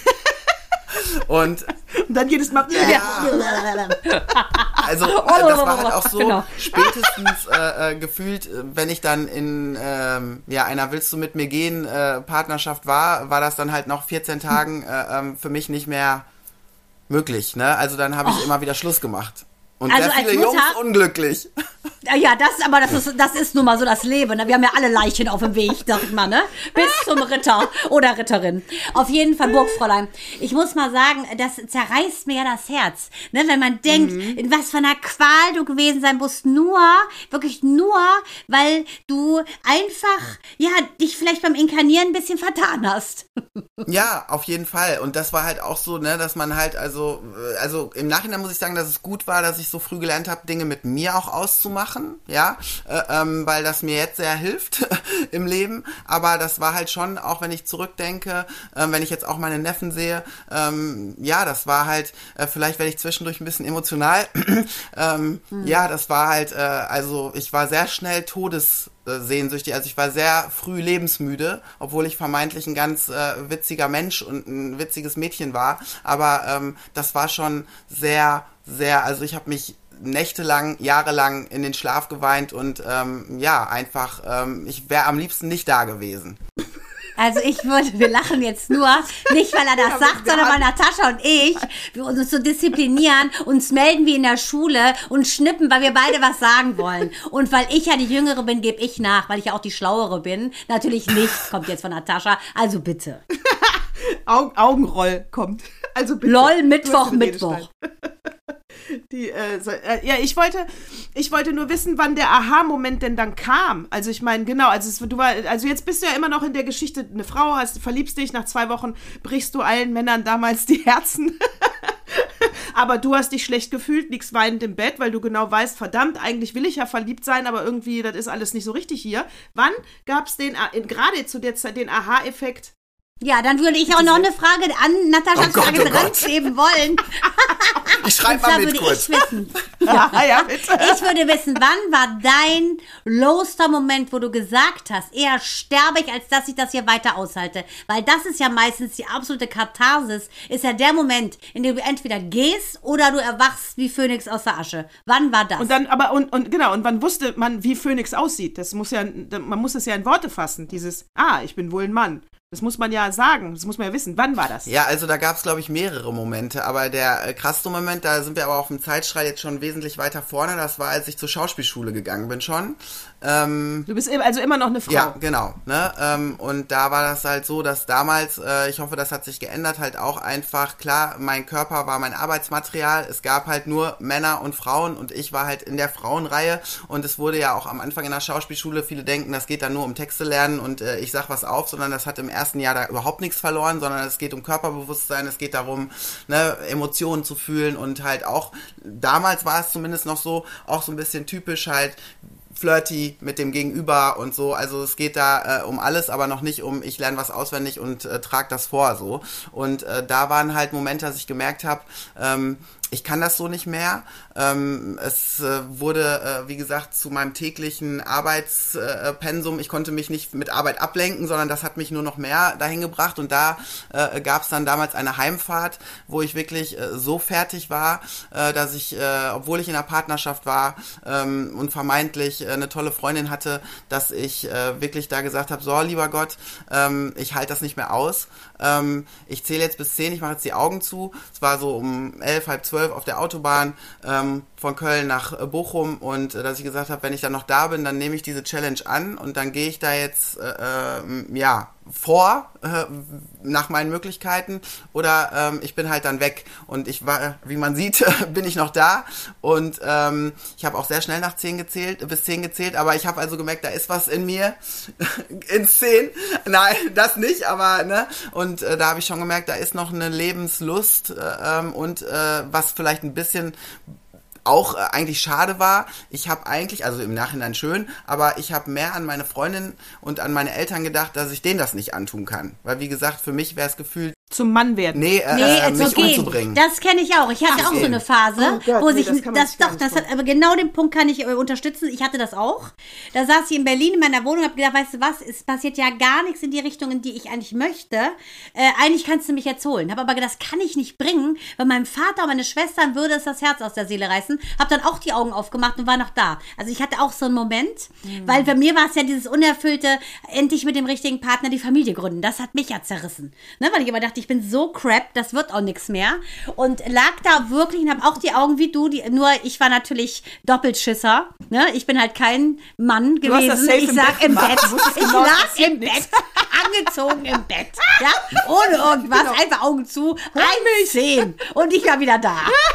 Und, und dann geht es mal... Ja. Also, äh, das war halt auch so, genau. spätestens äh, äh, gefühlt, wenn ich dann in ähm, ja, einer Willst du mit mir gehen äh, Partnerschaft war, war das dann halt nach vierzehn Tagen äh, ähm, für mich nicht mehr möglich, ne? Also dann habe ich oh. immer wieder Schluss gemacht. Und also sehr viele Mutter, Jungs unglücklich. Ja, das, aber das ist, das ist nun mal so das Leben. Ne? Wir haben ja alle Leichen auf dem Weg, sag ich mal, ne? Bis zum Ritter oder Ritterin. Auf jeden Fall, Burgfräulein. Ich muss mal sagen, das zerreißt mir ja das Herz. Ne? Wenn man denkt, mhm. in was für einer Qual du gewesen sein musst, nur, wirklich nur, weil du einfach, ja, dich vielleicht beim Inkarnieren ein bisschen vertan hast. Ja, auf jeden Fall. Und das war halt auch so, ne, dass man halt, also, also im Nachhinein muss ich sagen, dass es gut war, dass ich so früh gelernt habe, Dinge mit mir auch auszumachen, ja, äh, ähm, weil das mir jetzt sehr hilft im Leben. Aber das war halt schon, auch wenn ich zurückdenke, äh, wenn ich jetzt auch meine Neffen sehe, ähm, ja, das war halt, äh, vielleicht werde ich zwischendurch ein bisschen emotional. ähm, hm. Ja, das war halt, äh, also ich war sehr schnell Todes sehnsüchtig. Also ich war sehr früh lebensmüde, obwohl ich vermeintlich ein ganz äh, witziger Mensch und ein witziges Mädchen war. Aber ähm, das war schon sehr, sehr, also ich habe mich nächtelang, jahrelang in den Schlaf geweint und ähm, ja, einfach, ähm, ich wäre am liebsten nicht da gewesen. Also ich würde, wir lachen jetzt nur, nicht weil er das ja, sagt, sondern weil Natascha und ich, wir uns so disziplinieren, uns melden wie in der Schule und schnippen, weil wir beide was sagen wollen. Und weil ich ja die Jüngere bin, gebe ich nach, weil ich ja auch die Schlauere bin. Natürlich nicht, kommt jetzt von Natascha, also bitte. Augen, Augenroll kommt. Also bitte. Lol, Mittwoch, Mittwoch. Die, äh, so, äh, ja, ich wollte, ich wollte nur wissen, wann der Aha-Moment denn dann kam. Also ich meine, genau, also, es, du war, also jetzt bist du ja immer noch in der Geschichte, eine Frau, hast, verliebst dich, nach zwei Wochen brichst du allen Männern damals die Herzen. Aber du hast dich schlecht gefühlt, liegst weinend im Bett, weil du genau weißt, verdammt, eigentlich will ich ja verliebt sein, aber irgendwie, das ist alles nicht so richtig hier. Wann gab es den, gerade zu der Zeit, den Aha-Effekt? Ja, dann würde ich auch noch eine Frage an Nataschas oh Frage oh dran geben wollen. Ich schreibe mal mit würde kurz. Ich wissen. Ja, ja, bitte. Ich würde wissen, wann war dein lowster Moment, wo du gesagt hast, eher sterbe ich, als dass ich das hier weiter aushalte. Weil das ist ja meistens die absolute Katharsis, ist ja der Moment, in dem du entweder gehst oder du erwachst wie Phönix aus der Asche. Wann war das? Und dann, aber, und, und genau, und wann wusste man, wie Phönix aussieht? Das muss ja, man muss es ja in Worte fassen, dieses, ah, ich bin wohl ein Mann. Das muss man ja sagen, das muss man ja wissen. Wann war das? Ja, also da gab es, glaube ich, mehrere Momente. Aber der äh, krasseste Moment, da sind wir aber auf dem Zeitstrahl jetzt schon wesentlich weiter vorne. Das war, als ich zur Schauspielschule gegangen bin schon. Ähm, du bist also immer noch eine Frau. Ja, genau. Ne? Ähm, und da war das halt so, dass damals, äh, ich hoffe, das hat sich geändert, halt auch einfach, klar, mein Körper war mein Arbeitsmaterial. Es gab halt nur Männer und Frauen und ich war halt in der Frauenreihe. Und es wurde ja auch am Anfang in der Schauspielschule, viele denken, das geht dann nur um Texte lernen und äh, ich sag was auf, sondern das hat im ersten Jahr da überhaupt nichts verloren, sondern es geht um Körperbewusstsein, es geht darum, ne, Emotionen zu fühlen und halt auch, damals war es zumindest noch so, auch so ein bisschen typisch halt, flirty mit dem Gegenüber und so, also es geht da äh, um alles, aber noch nicht um, ich lerne was auswendig und äh, trage das vor, so. Und äh, da waren halt Momente, dass ich gemerkt habe, ähm, ich kann das so nicht mehr. Ähm, es äh, wurde, äh, wie gesagt, zu meinem täglichen Arbeitspensum. Äh, ich konnte mich nicht mit Arbeit ablenken, sondern das hat mich nur noch mehr dahin gebracht. Und da äh, gab es dann damals eine Heimfahrt, wo ich wirklich äh, so fertig war, äh, dass ich, äh, obwohl ich in einer Partnerschaft war ähm, und vermeintlich äh, eine tolle Freundin hatte, dass ich äh, wirklich da gesagt habe, so, lieber Gott, ähm, ich halte das nicht mehr aus. Ähm, ich zähle jetzt bis zehn, ich mache jetzt die Augen zu. Es war so um elf, halb zwölf auf der Autobahn ähm, von Köln nach äh, Bochum und äh, dass ich gesagt habe, wenn ich dann noch da bin, dann nehme ich diese Challenge an und dann gehe ich da jetzt äh, äh, ja vor äh, nach meinen Möglichkeiten oder ähm, ich bin halt dann weg und ich war, wie man sieht, bin ich noch da und ähm, ich habe auch sehr schnell nach zehn gezählt, bis zehn gezählt, aber ich habe also gemerkt, da ist was in mir in zehn, nein, das nicht, aber ne, und äh, da habe ich schon gemerkt, da ist noch eine Lebenslust äh, und äh, was vielleicht ein bisschen auch äh, eigentlich schade war, ich habe eigentlich, also im Nachhinein schön, aber ich habe mehr an meine Freundin und an meine Eltern gedacht, dass ich denen das nicht antun kann. Weil wie gesagt, für mich wäre es gefühlt zum Mann werden. Nee, äh, nee äh, mich gehen. umzubringen. Das kenne ich auch. Ich hatte Ach, auch so eine Phase, oh Gott, wo nee, sich das kann man das sich gar doch, nicht das hat, aber genau den Punkt kann ich äh, unterstützen. Ich hatte das auch. Da saß ich in Berlin in meiner Wohnung und habe gedacht, weißt du was, es passiert ja gar nichts in die Richtung, in die ich eigentlich möchte. Äh, eigentlich kannst du mich jetzt holen. Habe aber gedacht, das kann ich nicht bringen, weil meinem Vater und meine Schwestern würde es das Herz aus der Seele reißen. Habe dann auch die Augen aufgemacht und war noch da. Also ich hatte auch so einen Moment, mhm. weil bei mir war es ja dieses unerfüllte, endlich mit dem richtigen Partner die Familie gründen. Das hat mich ja zerrissen. Ne? Weil ich immer dachte, dachte, ich bin so crap, das wird auch nichts mehr. Und lag da wirklich und habe auch die Augen wie du, die, nur ich war natürlich Doppelschisser. Ne? Ich bin halt kein Mann Du hast das gewesen. safe Ich im sag Bett im gemacht. Bett. Du wusstest Ich genau, es lag passiert im nichts. Bett, angezogen im Bett. Ja? Ohne irgendwas, Genau. einfach Augen zu, einziehen. Und ich war wieder da.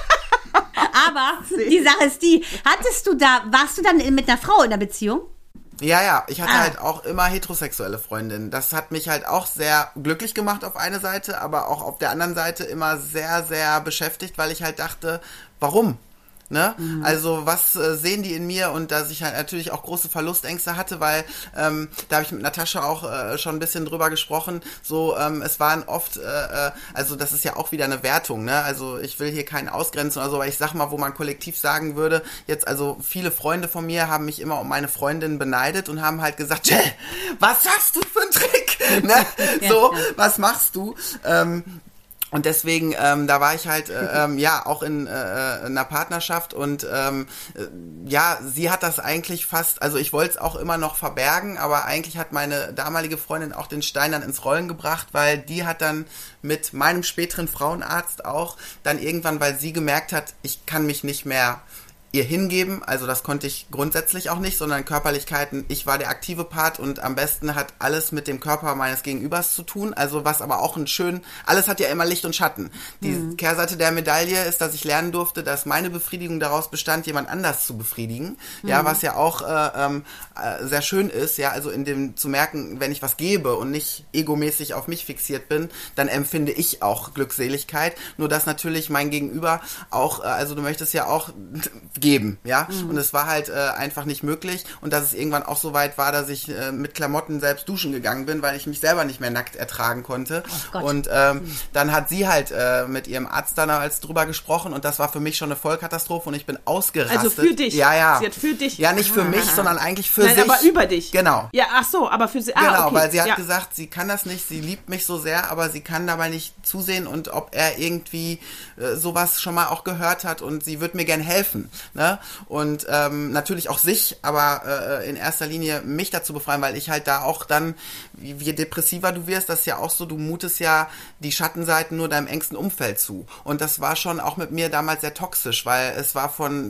Aber die Sache ist die, hattest du da, warst du dann mit einer Frau in der Beziehung? Ja, ja, ich hatte Ah. halt auch immer heterosexuelle Freundinnen. Das hat mich halt auch sehr glücklich gemacht auf eine Seite, aber auch auf der anderen Seite immer sehr, sehr beschäftigt, weil ich halt dachte, warum? Ne? Mhm. Also was äh, sehen die in mir, und dass ich halt natürlich auch große Verlustängste hatte, weil ähm, da habe ich mit Natascha auch äh, schon ein bisschen drüber gesprochen, so ähm, es waren oft, äh, also das ist ja auch wieder eine Wertung, ne? Also ich will hier keinen ausgrenzen oder so, aber ich sag mal, wo man kollektiv sagen würde, jetzt also viele Freunde von mir haben mich immer um meine Freundin beneidet und haben halt gesagt, Jill, was hast du für einen Trick? Ne? Ja, so, ja. was machst du? Ähm, Und deswegen, ähm, da war ich halt, äh, ähm, ja, auch in, äh, in einer Partnerschaft und ähm, äh, ja, sie hat das eigentlich fast, also ich wollte es auch immer noch verbergen, aber eigentlich hat meine damalige Freundin auch den Stein dann ins Rollen gebracht, weil die hat dann mit meinem späteren Frauenarzt auch dann irgendwann, weil sie gemerkt hat, ich kann mich nicht mehr ihr hingeben, also das konnte ich grundsätzlich auch nicht, sondern Körperlichkeiten, ich war der aktive Part und am besten hat alles mit dem Körper meines Gegenübers zu tun, also was aber auch ein schön, alles hat ja immer Licht und Schatten. Die mhm. Kehrseite der Medaille ist, dass ich lernen durfte, dass meine Befriedigung daraus bestand, jemand anders zu befriedigen, mhm. ja, was ja auch äh, ähm, äh, sehr schön ist, ja, also in dem zu merken, wenn ich was gebe und nicht egomäßig auf mich fixiert bin, dann empfinde ich auch Glückseligkeit, nur dass natürlich mein Gegenüber auch, äh, also du möchtest ja auch geben, ja, mhm. und es war halt äh, einfach nicht möglich und dass es irgendwann auch so weit war, dass ich äh, mit Klamotten selbst duschen gegangen bin, weil ich mich selber nicht mehr nackt ertragen konnte oh und ähm, mhm. dann hat sie halt äh, mit ihrem Arzt dann als drüber gesprochen und das war für mich schon eine Vollkatastrophe und ich bin ausgerastet. Also für dich? Ja, ja. Sie hat für dich? Ja, nicht für ah. mich, sondern eigentlich für Nein, sich. aber über dich? Genau. Ja, ach so, aber für sie, ah, Genau, okay. weil sie hat ja. gesagt, sie kann das nicht, sie liebt mich so sehr, aber sie kann dabei nicht zusehen und ob er irgendwie äh, sowas schon mal auch gehört hat und sie wird mir gern helfen, ne? Und ähm, natürlich auch sich, aber äh, in erster Linie mich dazu befreien, weil ich halt da auch dann, je depressiver du wirst, das ist ja auch so, du mutest ja die Schattenseiten nur deinem engsten Umfeld zu. Und das war schon auch mit mir damals sehr toxisch, weil es war von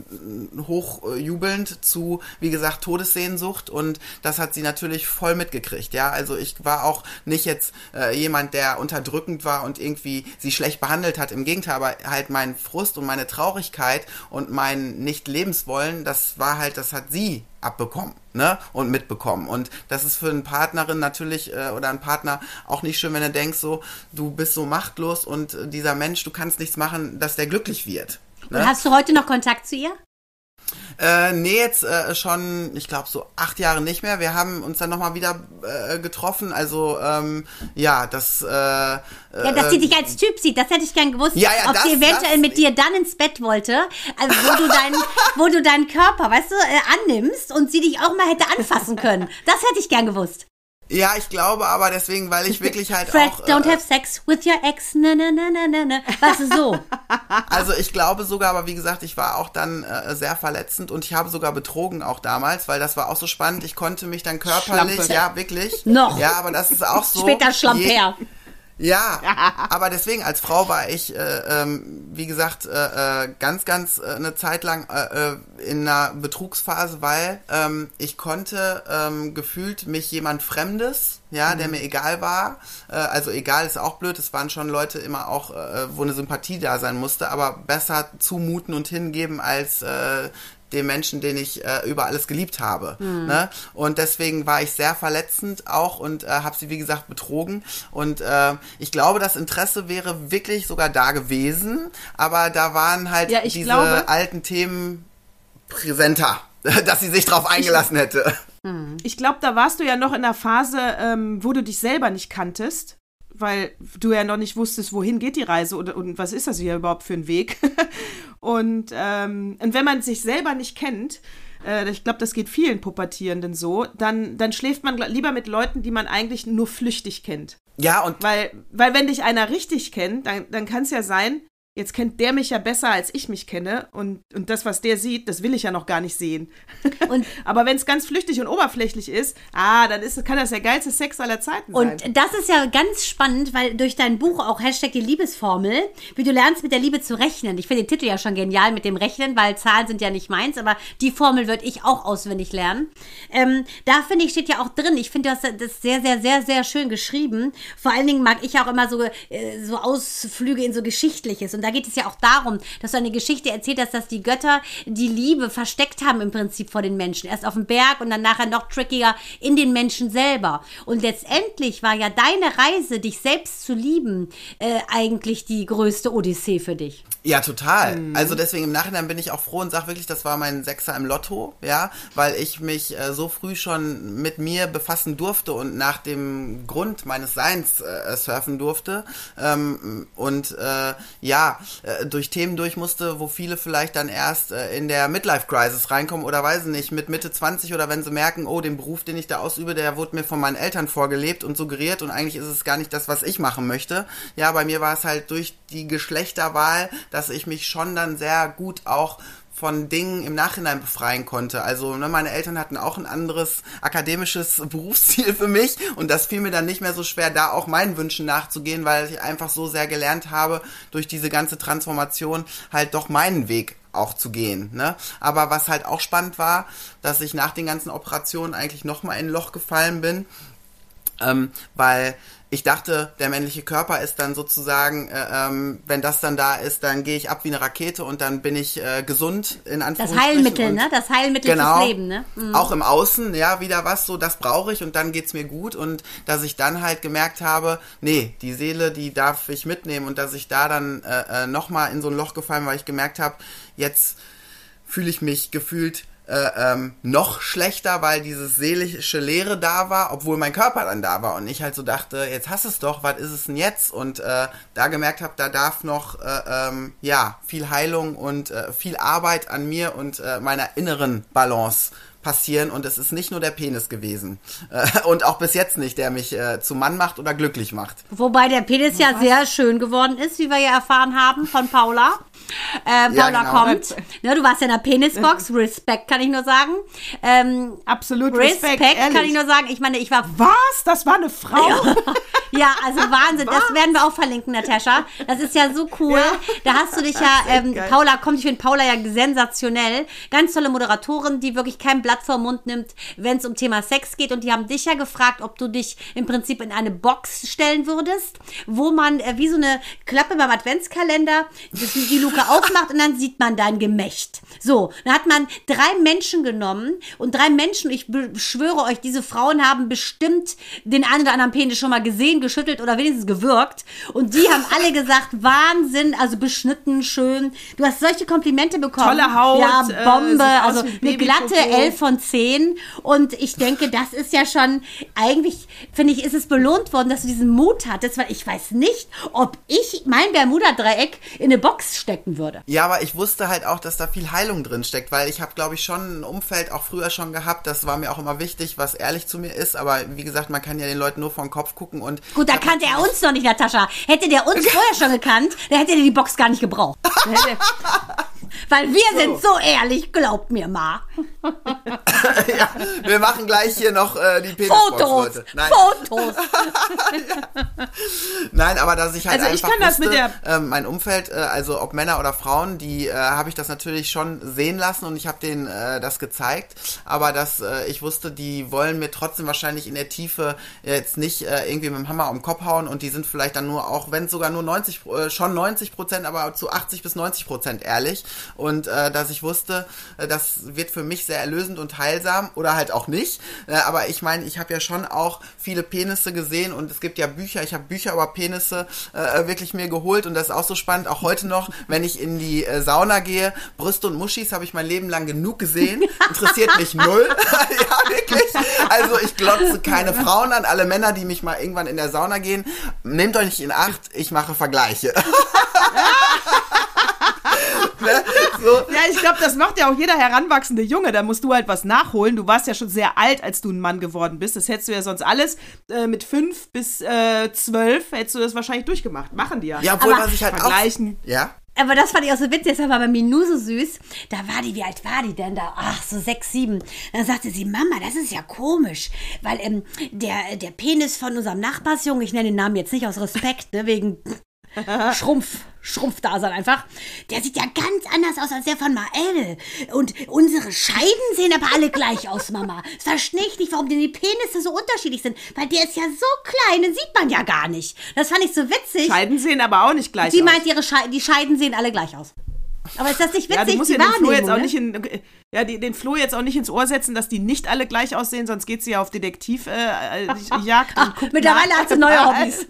hochjubelnd zu, wie gesagt, Todessehnsucht und das hat sie natürlich voll mitgekriegt, ja. Also ich war auch nicht jetzt äh, jemand, der unterdrückend war und irgendwie sie schlecht behandelt hat, im Gegenteil, aber halt mein Frust und meine Traurigkeit und mein Nicht-Lebenswollen, das war halt, das hat sie abbekommen, ne, und mitbekommen. Und das ist für eine Partnerin natürlich äh, oder einen Partner auch nicht schön, wenn du denkst so, du bist so machtlos und äh, dieser Mensch, du kannst nichts machen, dass der glücklich wird. Ne? Und hast du heute noch Kontakt zu ihr? Äh, nee, jetzt äh, schon, ich glaube, so acht Jahre nicht mehr. Wir haben uns dann nochmal wieder äh, getroffen. Also, ähm, ja, das... Äh, ja, dass sie dich als Typ sieht, das hätte ich gern gewusst. Ja, ja, ob das, sie eventuell das, mit dir dann ins Bett wollte, also wo du, dein, wo du deinen Körper, weißt du, äh, annimmst und sie dich auch mal hätte anfassen können. Das hätte ich gern gewusst. Ja, ich glaube aber deswegen, weil ich wirklich halt Fred, auch... don't äh, have sex with your ex, ne, ne, ne, ne, ne, ne. Weißt du, so. Also ich glaube sogar, aber wie gesagt, ich war auch dann äh, sehr verletzend und ich habe sogar betrogen auch damals, weil das war auch so spannend. Ich konnte mich dann körperlich, Schlampe. ja, wirklich. Noch. Ja, aber das ist auch so. Später Schlamper. Ja, aber deswegen als Frau war ich, äh, ähm, wie gesagt, äh, äh, ganz, ganz äh, eine Zeit lang äh, äh, in einer Betrugsphase, weil ähm, ich konnte ähm, gefühlt mich jemand Fremdes, ja, mhm. der mir egal war, äh, also egal ist auch blöd, es waren schon Leute immer auch, äh, wo eine Sympathie da sein musste, aber besser zumuten und hingeben als äh, dem Menschen, den ich äh, über alles geliebt habe. Mhm. Ne? Und deswegen war ich sehr verletzend auch und äh, habe sie, wie gesagt, betrogen. Und äh, ich glaube, das Interesse wäre wirklich sogar da gewesen, aber da waren halt ja, diese glaube, alten Themen präsenter, dass sie sich drauf eingelassen hätte. Ich glaube, da warst du ja noch in einer Phase, ähm, wo du dich selber nicht kanntest. Weil du ja noch nicht wusstest, wohin geht die Reise und, und was ist das hier überhaupt für ein Weg. und, ähm, und wenn man sich selber nicht kennt, äh, ich glaube, das geht vielen Pubertierenden so, dann, dann schläft man lieber mit Leuten, die man eigentlich nur flüchtig kennt. Ja, und Weil, weil wenn dich einer richtig kennt, dann, dann kann es ja sein, jetzt kennt der mich ja besser, als ich mich kenne. Und, und das, was der sieht, das will ich ja noch gar nicht sehen. Und aber wenn es ganz flüchtig und oberflächlich ist, ah, dann ist, kann das der geilste Sex aller Zeiten sein. Und das ist ja ganz spannend, weil durch dein Buch auch Hashtag die Liebesformel, wie du lernst, mit der Liebe zu rechnen. Ich finde den Titel ja schon genial mit dem Rechnen, weil Zahlen sind ja nicht meins, aber die Formel würde ich auch auswendig lernen. Ähm, da finde ich, steht ja auch drin, ich finde, du hast das sehr, sehr, sehr, sehr schön geschrieben. Vor allen Dingen mag ich auch immer so, äh, so Ausflüge in so Geschichtliches. Und da geht es ja auch darum, dass du eine Geschichte erzählt hast, dass die Götter die Liebe versteckt haben im Prinzip vor den Menschen. Erst auf dem Berg und dann nachher noch trickiger in den Menschen selber. Und letztendlich war ja deine Reise, dich selbst zu lieben, äh, eigentlich die größte Odyssee für dich. Ja, total. Mhm. Also deswegen im Nachhinein bin ich auch froh und sage wirklich, das war mein Sechser im Lotto, ja, weil ich mich äh, so früh schon mit mir befassen durfte und nach dem Grund meines Seins äh, surfen durfte ähm, und äh, ja, äh, durch Themen durch musste, wo viele vielleicht dann erst äh, in der Midlife-Crisis reinkommen oder weiß nicht, mit Mitte zwanzig oder wenn sie merken, oh, den Beruf, den ich da ausübe, der wurde mir von meinen Eltern vorgelebt und suggeriert und eigentlich ist es gar nicht das, was ich machen möchte. Ja, bei mir war es halt durch die Geschlechterwahl, dass ich mich schon dann sehr gut auch von Dingen im Nachhinein befreien konnte. Also ne, meine Eltern hatten auch ein anderes akademisches Berufsziel für mich und das fiel mir dann nicht mehr so schwer, da auch meinen Wünschen nachzugehen, weil ich einfach so sehr gelernt habe, durch diese ganze Transformation halt doch meinen Weg auch zu gehen. Ne? Aber was halt auch spannend war, dass ich nach den ganzen Operationen eigentlich nochmal in ein Loch gefallen bin, ähm, weil ich dachte, der männliche Körper ist dann sozusagen, äh, ähm, wenn das dann da ist, dann gehe ich ab wie eine Rakete und dann bin ich äh, gesund, in Anführungsstrichen. Das Heilmittel, ne? Das Heilmittel genau, fürs Leben, ne? Mhm. Auch im Außen, ja, wieder was, so, das brauche ich und dann geht's mir gut und dass ich dann halt gemerkt habe, nee, die Seele, die darf ich mitnehmen und dass ich da dann äh, äh, nochmal in so ein Loch gefallen, weil ich gemerkt habe, jetzt fühle ich mich gefühlt Äh, ähm, noch schlechter, weil diese seelische Leere da war, obwohl mein Körper dann da war und ich halt so dachte, jetzt hast du es doch, was ist es denn jetzt? Und äh, da gemerkt habe, da darf noch äh, ähm, ja viel Heilung und äh, viel Arbeit an mir und äh, meiner inneren Balance passieren und es ist nicht nur der Penis gewesen äh, und auch bis jetzt nicht, der mich äh, zum Mann macht oder glücklich macht. Wobei der Penis ja was? sehr schön geworden ist, wie wir ja erfahren haben von Paula. Äh, Paula ja, genau. kommt. Ne, du warst ja in der Penisbox. Respekt, kann ich nur sagen. Ähm, Absolut Respekt, Respekt kann ich nur sagen. Ich meine, ich war... Was? Das war eine Frau? Ja, ja also Wahnsinn. Was? Das werden wir auch verlinken, Natascha. Das ist ja so cool. Ja. Da hast du dich ja... Ähm, Paula kommt, ich finde Paula ja sensationell. Ganz tolle Moderatorin, die wirklich kein Blatt vor Mund nimmt, wenn es um Thema Sex geht. Und die haben dich ja gefragt, ob du dich im Prinzip in eine Box stellen würdest, wo man äh, wie so eine Klappe beim Adventskalender das, die Luke aufmacht und dann sieht man dein Gemächt. So, dann hat man drei Menschen genommen und drei Menschen, ich beschwöre euch, diese Frauen haben bestimmt den einen oder anderen Penis schon mal gesehen, geschüttelt oder wenigstens gewürgt. Und die haben alle gesagt, Wahnsinn, also beschnitten, schön. Du hast solche Komplimente bekommen. Tolle Haut. Ja, Bombe, äh, also eine glatte elf von zehn. Und ich denke, das ist ja schon, eigentlich, finde ich, ist es belohnt worden, dass du diesen Mut hattest, weil ich weiß nicht, ob ich mein Bermuda-Dreieck in eine Box stecken würde. Ja, aber ich wusste halt auch, dass da viel Heilung drin steckt, weil ich habe, glaube ich, schon ein Umfeld auch früher schon gehabt, das war mir auch immer wichtig, was ehrlich zu mir ist, aber wie gesagt, man kann ja den Leuten nur vor den Kopf gucken und... Gut, da kannte er uns noch nicht, Natascha. Hätte der uns vorher schon gekannt, dann hätte er die Box gar nicht gebraucht. Weil wir so. sind so ehrlich, glaubt mir mal. Ja, wir machen gleich hier noch äh, die Penisbox, Fotos, Leute. Nein. Fotos. Ja. Nein, aber dass ich halt also ich einfach kann wusste, das mit der äh, mein Umfeld, äh, also ob Männer oder Frauen, die äh, habe ich das natürlich schon sehen lassen und ich habe denen äh, das gezeigt, aber dass äh, ich wusste, die wollen mir trotzdem wahrscheinlich in der Tiefe jetzt nicht äh, irgendwie mit dem Hammer um den Kopf hauen und die sind vielleicht dann nur, auch wenn es sogar nur neunzig, äh, schon neunzig Prozent, aber zu achtzig bis neunzig Prozent ehrlich. Und äh, dass ich wusste, äh, das wird für mich sehr erlösend und heilsam oder halt auch nicht. Äh, aber ich meine, ich habe ja schon auch viele Penisse gesehen und es gibt ja Bücher, ich habe Bücher über Penisse äh, wirklich mir geholt und das ist auch so spannend, auch heute noch, wenn ich in die äh, Sauna gehe, Brüste und Muschis habe ich mein Leben lang genug gesehen, interessiert mich null. Ja, wirklich. Also ich glotze keine Frauen an, alle Männer, die mich mal irgendwann in der Sauna gehen, nehmt euch nicht in Acht, ich mache Vergleiche. Ne? So. Ja, ich glaube, das macht ja auch jeder heranwachsende Junge. Da musst du halt was nachholen. Du warst ja schon sehr alt, als du ein Mann geworden bist. Das hättest du ja sonst alles äh, mit fünf bis äh, zwölf hättest du das wahrscheinlich durchgemacht. Machen die ja. Ja, obwohl Aber was ich halt vergleichen. auch... Ja? Aber das fand ich auch so witzig, das war bei Minou so süß. Da war die, wie alt war die denn da? Ach, so sechs, sieben. Dann sagte sie, Mama, das ist ja komisch, weil ähm, der, der Penis von unserem Nachbarsjungen, ich nenne den Namen jetzt nicht aus Respekt, ne, wegen Schrumpf, Schrumpfdasein einfach, der sieht ja ganz anders aus als der von Mael. Und unsere Scheiden sehen aber alle gleich aus, Mama. Das verstehe ich nicht, warum denn die Penisse so unterschiedlich sind, weil der ist ja so klein, den sieht man ja gar nicht. Das fand ich so witzig. Scheiden sehen aber auch nicht gleich Sie aus. Sie meint, ihre Scheiden, die Scheiden sehen alle gleich aus. Aber ist das nicht witzig, ja, du musst die ja den Flo jetzt auch ne? nicht in, ja, die, den Flo jetzt auch nicht ins Ohr setzen, dass die nicht alle gleich aussehen, sonst geht sie ja auf Detektivjagd äh, und guckt Mittlerweile nach. hat sie neue Hobbys.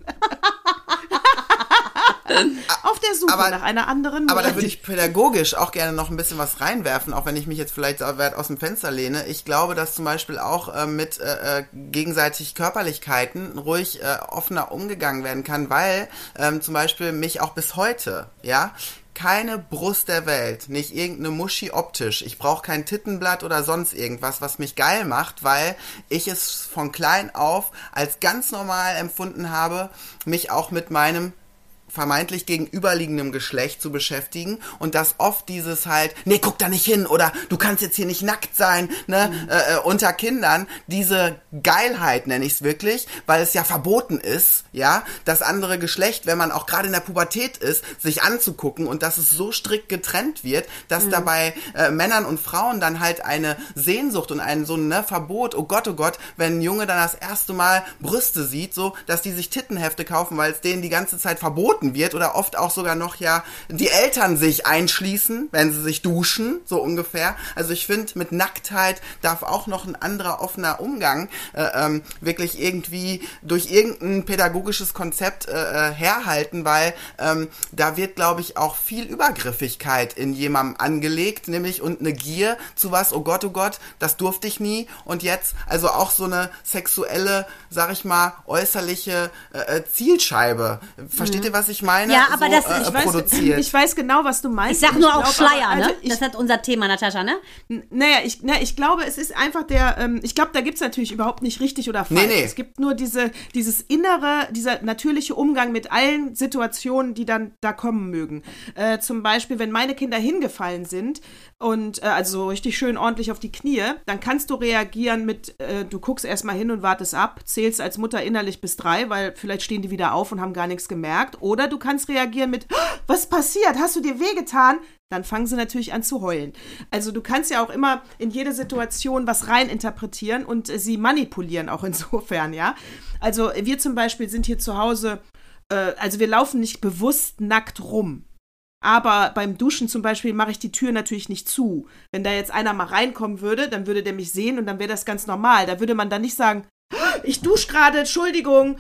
Auf der Suche aber, nach einer anderen. Aber da würde ich pädagogisch auch gerne noch ein bisschen was reinwerfen, auch wenn ich mich jetzt vielleicht weit aus dem Fenster lehne. Ich glaube, dass zum Beispiel auch äh, mit äh, gegenseitig Körperlichkeiten ruhig äh, offener umgegangen werden kann, weil ähm, zum Beispiel mich auch bis heute, ja, keine Brust der Welt, nicht irgendeine Muschi optisch. Ich brauche kein Tittenblatt oder sonst irgendwas, was mich geil macht, weil ich es von klein auf als ganz normal empfunden habe, mich auch mit meinem vermeintlich gegenüberliegendem Geschlecht zu beschäftigen und dass oft dieses halt, nee, guck da nicht hin oder du kannst jetzt hier nicht nackt sein, ne, mhm. äh, unter Kindern, diese Geilheit nenne ich es wirklich, weil es ja verboten ist, ja, das andere Geschlecht, wenn man auch gerade in der Pubertät ist, sich anzugucken und dass es so strikt getrennt wird, dass mhm. dabei äh, Männern und Frauen dann halt eine Sehnsucht und ein so ein ne, Verbot, oh Gott, oh Gott, wenn ein Junge dann das erste Mal Brüste sieht, so, dass die sich Tittenhefte kaufen, weil es denen die ganze Zeit verboten wird oder oft auch sogar noch ja die Eltern sich einschließen, wenn sie sich duschen, so ungefähr. Also ich finde, mit Nacktheit darf auch noch ein anderer offener Umgang äh, ähm, wirklich irgendwie durch irgendein pädagogisches Konzept äh, herhalten, weil ähm, da wird, glaube ich, auch viel Übergriffigkeit in jemandem angelegt, nämlich und eine Gier zu was, oh Gott, oh Gott, das durfte ich nie und jetzt, also auch so eine sexuelle, sag ich mal, äußerliche äh, Zielscheibe. Versteht mhm. ihr, was ich meine? Ja, aber so, das äh, ich, weiß, produziert. ich weiß genau, was du meinst. Ich sag nur ich auch glaub, Schleier, aber, also ne? ich, das ist unser Thema, Natascha, ne? Naja, ich, na, ich glaube, es ist einfach der, ähm, ich glaube, da gibt es natürlich überhaupt nicht richtig oder falsch. Nee, nee. Es gibt nur diese, dieses innere, dieser natürliche Umgang mit allen Situationen, die dann da kommen mögen. Äh, zum Beispiel, wenn meine Kinder hingefallen sind und äh, also so richtig schön ordentlich auf die Knie, dann kannst du reagieren mit, äh, du guckst erstmal hin und wartest ab, zählst als Mutter innerlich bis drei, weil vielleicht stehen die wieder auf und haben gar nichts gemerkt. Oder du kannst reagieren mit, was passiert? Hast du dir wehgetan? Dann fangen sie natürlich an zu heulen. Also du kannst ja auch immer in jede Situation was rein interpretieren und äh, sie manipulieren auch insofern, ja. Also wir zum Beispiel sind hier zu Hause, äh, also wir laufen nicht bewusst nackt rum. Aber beim Duschen zum Beispiel mache ich die Tür natürlich nicht zu. Wenn da jetzt einer mal reinkommen würde, dann würde der mich sehen und dann wäre das ganz normal. Da würde man dann nicht sagen, ich dusche gerade, Entschuldigung.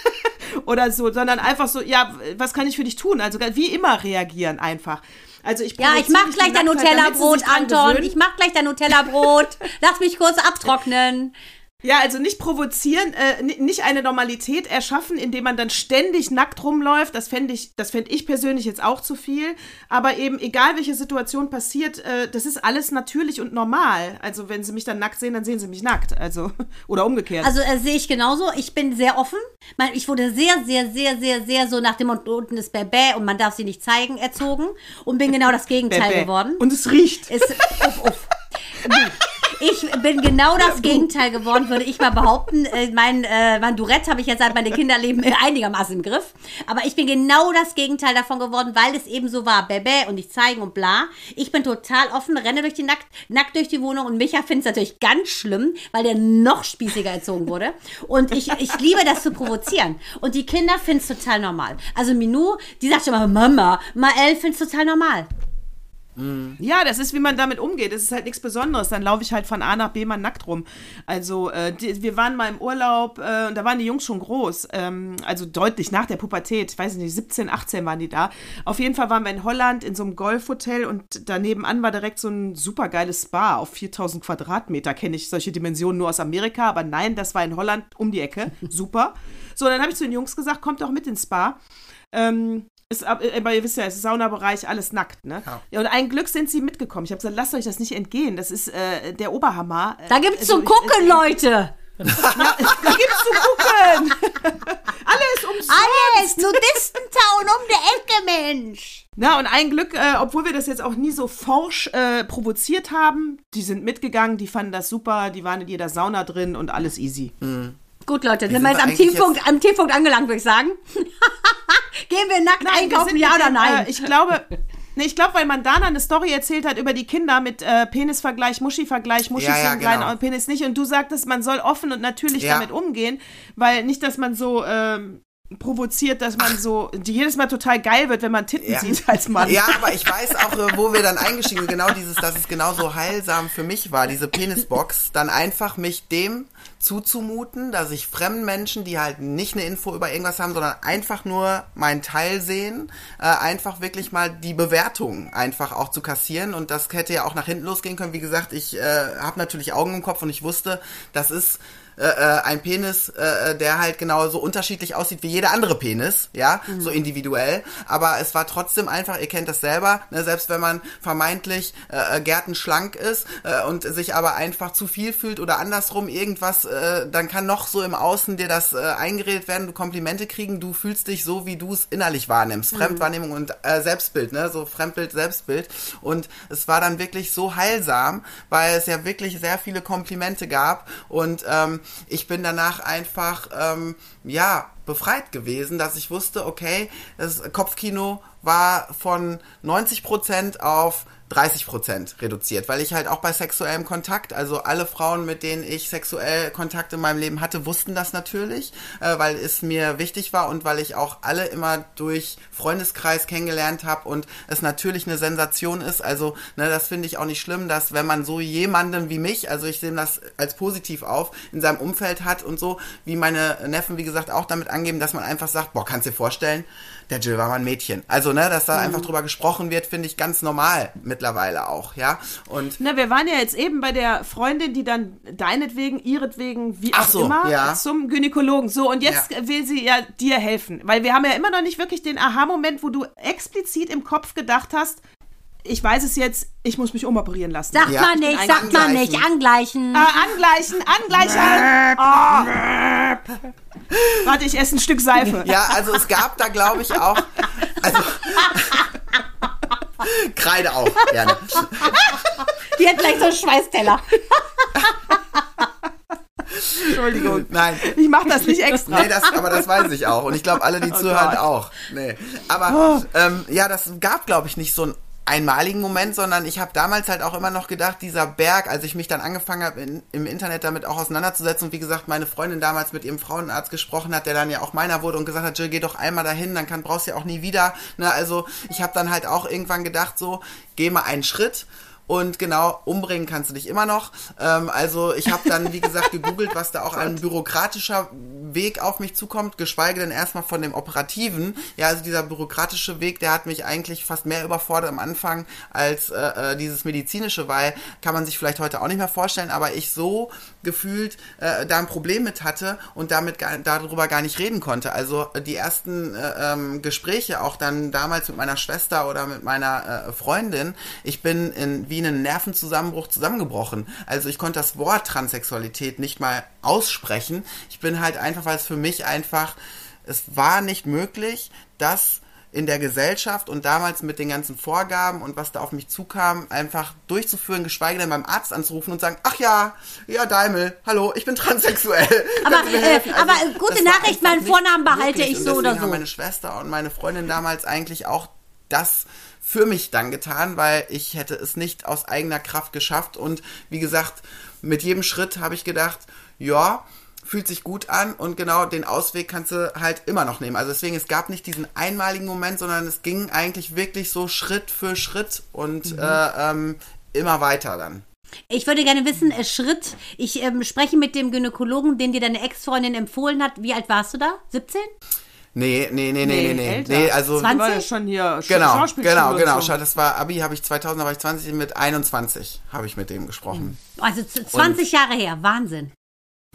Oder so, sondern einfach so, ja, was kann ich für dich tun? Also wie immer reagieren einfach. Also ich ja, ich mach gleich dein Nutella-Brot, Anton. Ich mach gleich dein Nutella-Brot. Lass mich kurz abtrocknen. Ja, also nicht provozieren, äh, nicht eine Normalität erschaffen, indem man dann ständig nackt rumläuft. Das fände ich, das fänd ich persönlich jetzt auch zu viel. Aber eben, egal welche Situation passiert, äh, das ist alles natürlich und normal. Also wenn sie mich dann nackt sehen, dann sehen sie mich nackt. Also, oder umgekehrt. Also äh, sehe ich genauso. Ich bin sehr offen. Ich wurde sehr, sehr, sehr, sehr, sehr so nach dem Motto, unten ist Bäbä und man darf sie nicht zeigen, erzogen. Und bin genau das Gegenteil Bäbä. geworden. Und es riecht. Es, uff, uff. Ich bin genau das Gegenteil geworden, würde ich mal behaupten. Mein, äh, mein Duett habe ich jetzt seit meinem Kinderleben einigermaßen im Griff. Aber ich bin genau das Gegenteil davon geworden, weil es eben so war. Bäbä und nicht zeigen und bla. Ich bin total offen, renne durch die nackt, nackt durch die Wohnung und Micha findet es natürlich ganz schlimm, weil der noch spießiger erzogen wurde. Und ich, ich liebe das zu provozieren. Und die Kinder finden es total normal. Also Minou, die sagt schon mal, Mama, Mael findet es total normal. Ja, das ist, wie man damit umgeht. Das ist halt nichts Besonderes. Dann laufe ich halt von A nach B mal nackt rum. Also äh, die, wir waren mal im Urlaub äh, und da waren die Jungs schon groß. Ähm, also deutlich nach der Pubertät. Ich weiß nicht, siebzehn, achtzehn waren die da. Auf jeden Fall waren wir in Holland in so einem Golfhotel und daneben an war direkt so ein supergeiles Spa auf viertausend Quadratmeter. Kenne ich solche Dimensionen nur aus Amerika, aber nein, das war in Holland um die Ecke. Super. So, dann habe ich zu den Jungs gesagt, kommt doch mit ins Spa. Ähm, Ist, aber ihr wisst ja, es ist Saunabereich, alles nackt, ne? Ja. Ja, und ein Glück sind sie mitgekommen. Ich habe gesagt, lasst euch das nicht entgehen. Das ist äh, der Oberhammer. Da gibt's also, zu gucken, ich, ich, Leute. Ja, da gibt's zu gucken. Alles umsonst. Alles, Nudistentown um die Ecke, Mensch. Na, und ein Glück, äh, obwohl wir das jetzt auch nie so forsch äh, provoziert haben, die sind mitgegangen, die fanden das super, die waren in jeder Sauna drin und alles easy. Mhm. Gut, Leute, Wie sind sind wir jetzt wir am eigentlich Tiefpunkt, jetzt- am Tiefpunkt angelangt, würde ich sagen. Gehen wir nackt Nein, wir einkaufen, sind ja mit oder dem, nein? Äh, ich glaube, nee, ich glaube, weil Mandana eine Story erzählt hat über die Kinder mit äh, Penisvergleich, Muschi-Vergleich, Muschis Ja, ja, sind klein genau. und Penis nicht. Und du sagtest, man soll offen und natürlich Ja. damit umgehen, weil nicht, dass man so ähm, provoziert, dass man so die jedes Mal total geil wird, wenn man Titten Ja. sieht als Mann. Ja, aber ich weiß auch, äh, wo wir dann eingestiegen sind, genau dieses, dass es genauso heilsam für mich war, diese Penisbox, dann einfach mich dem zuzumuten, dass ich fremden Menschen, die halt nicht eine Info über irgendwas haben, sondern einfach nur meinen Teil sehen, äh, einfach wirklich mal die Bewertung einfach auch zu kassieren, und das hätte ja auch nach hinten losgehen können. Wie gesagt, ich äh, habe natürlich Augen im Kopf und ich wusste, das ist äh, ein Penis, äh, der halt genauso unterschiedlich aussieht wie jeder andere Penis, ja, mhm. so individuell, aber es war trotzdem einfach, ihr kennt das selber, ne, selbst wenn man vermeintlich äh, gärtenschlank ist äh, und sich aber einfach zu viel fühlt oder andersrum irgendwas, äh, dann kann noch so im Außen dir das äh, eingeredet werden, du Komplimente kriegen, du fühlst dich so, wie du es innerlich wahrnimmst, mhm. Fremdwahrnehmung und äh, Selbstbild, ne, so Fremdbild, Selbstbild, und es war dann wirklich so heilsam, weil es ja wirklich sehr viele Komplimente gab, und ähm, ich bin danach einfach, ähm, ja, befreit gewesen, dass ich wusste, okay, das Kopfkino war von neunzig Prozent auf dreißig Prozent reduziert, weil ich halt auch bei sexuellem Kontakt, also alle Frauen, mit denen ich sexuell Kontakt in meinem Leben hatte, wussten das natürlich, äh, weil es mir wichtig war und weil ich auch alle immer durch Freundeskreis kennengelernt habe und es natürlich eine Sensation ist, also ne, das finde ich auch nicht schlimm, dass wenn man so jemanden wie mich, also ich sehe das als positiv auf, in seinem Umfeld hat und so, wie meine Neffen, wie gesagt, auch damit angeben, dass man einfach sagt, boah, kannst dir vorstellen, der Jill war mal ein Mädchen. Also, ne, dass da mhm. einfach drüber gesprochen wird, finde ich ganz normal mittlerweile auch, ja. Und Na, wir waren ja jetzt eben bei der Freundin, die dann deinetwegen, ihretwegen, wie Ach auch so, immer, ja. zum Gynäkologen. So, und jetzt Ja. will sie ja dir helfen. Weil wir haben ja immer noch nicht wirklich den Aha-Moment, wo du explizit im Kopf gedacht hast, ich weiß es jetzt, ich muss mich umoperieren lassen. Sag Ja. mal nicht, sag mal Angleichen. nicht, angleichen. Ah, angleichen, angleichen. Oh. Warte, ich esse ein Stück Seife. ja, also es gab da, glaube ich, auch, also Kreide auch, gerne. Die hat gleich so einen Schweißteller. Entschuldigung. Nein. Ich mache das nicht extra. Nee, das, aber das weiß ich auch. Und ich glaube, alle, die Oh zuhören, Gott. auch. Nee. Aber ähm, ja, das gab, glaube ich, nicht so einen einmaligen Moment, sondern ich habe damals halt auch immer noch gedacht, dieser Berg, als ich mich dann angefangen habe, in, im Internet damit auch auseinanderzusetzen und wie gesagt, meine Freundin damals mit ihrem Frauenarzt gesprochen hat, der dann ja auch meiner wurde und gesagt hat, Jill, geh doch einmal dahin, dann kann, brauchst du ja auch nie wieder. Ne, also ich habe dann halt auch irgendwann gedacht, so, geh mal einen Schritt. Und genau, umbringen kannst du dich immer noch. Ähm, also ich habe dann, wie gesagt, gegoogelt, was da auch ein bürokratischer Weg auf mich zukommt, geschweige denn erstmal von dem Operativen. Ja, also dieser bürokratische Weg, der hat mich eigentlich fast mehr überfordert am Anfang als äh, äh, dieses medizinische, weil kann man sich vielleicht heute auch nicht mehr vorstellen, aber ich so gefühlt äh, da ein Problem mit hatte und damit gar, darüber gar nicht reden konnte. Also äh, die ersten äh, ähm, Gespräche, auch dann damals mit meiner Schwester oder mit meiner äh, Freundin, ich bin in wie einen Nervenzusammenbruch zusammengebrochen. Also ich konnte das Wort Transsexualität nicht mal aussprechen. Ich bin halt einfach, weil es für mich einfach, es war nicht möglich, das in der Gesellschaft und damals mit den ganzen Vorgaben und was da auf mich zukam, einfach durchzuführen, geschweige denn beim Arzt anzurufen und sagen, ach ja, ja Daimel, hallo, ich bin transsexuell. Aber, Können Sie mir äh, helfen? aber Also, gute das war Nachricht, einfach meinen nicht Vornamen behalte möglich. ich Und so oder deswegen so. haben meine Schwester und meine Freundin damals eigentlich auch das für mich dann getan, weil ich hätte es nicht aus eigener Kraft geschafft und wie gesagt, mit jedem Schritt habe ich gedacht, ja, fühlt sich gut an und genau den Ausweg kannst du halt immer noch nehmen. Also deswegen, es gab nicht diesen einmaligen Moment, sondern es ging eigentlich wirklich so Schritt für Schritt und mhm. äh, ähm, immer weiter dann. Ich würde gerne wissen, äh, Schritt, ich ähm, spreche mit dem Gynäkologen, den dir deine Ex-Freundin empfohlen hat. Wie alt warst du da? siebzehn? Nee, nee, nee, nee, nee, nee. älter. nee also zwanzig? War ja schon hier Genau, Schauspielschule genau, und genau. so. Das war Abi, habe ich zweitausend, da war ich zwanzig, mit einundzwanzig habe ich mit dem gesprochen. Also z- zwanzig Jahre her, Wahnsinn.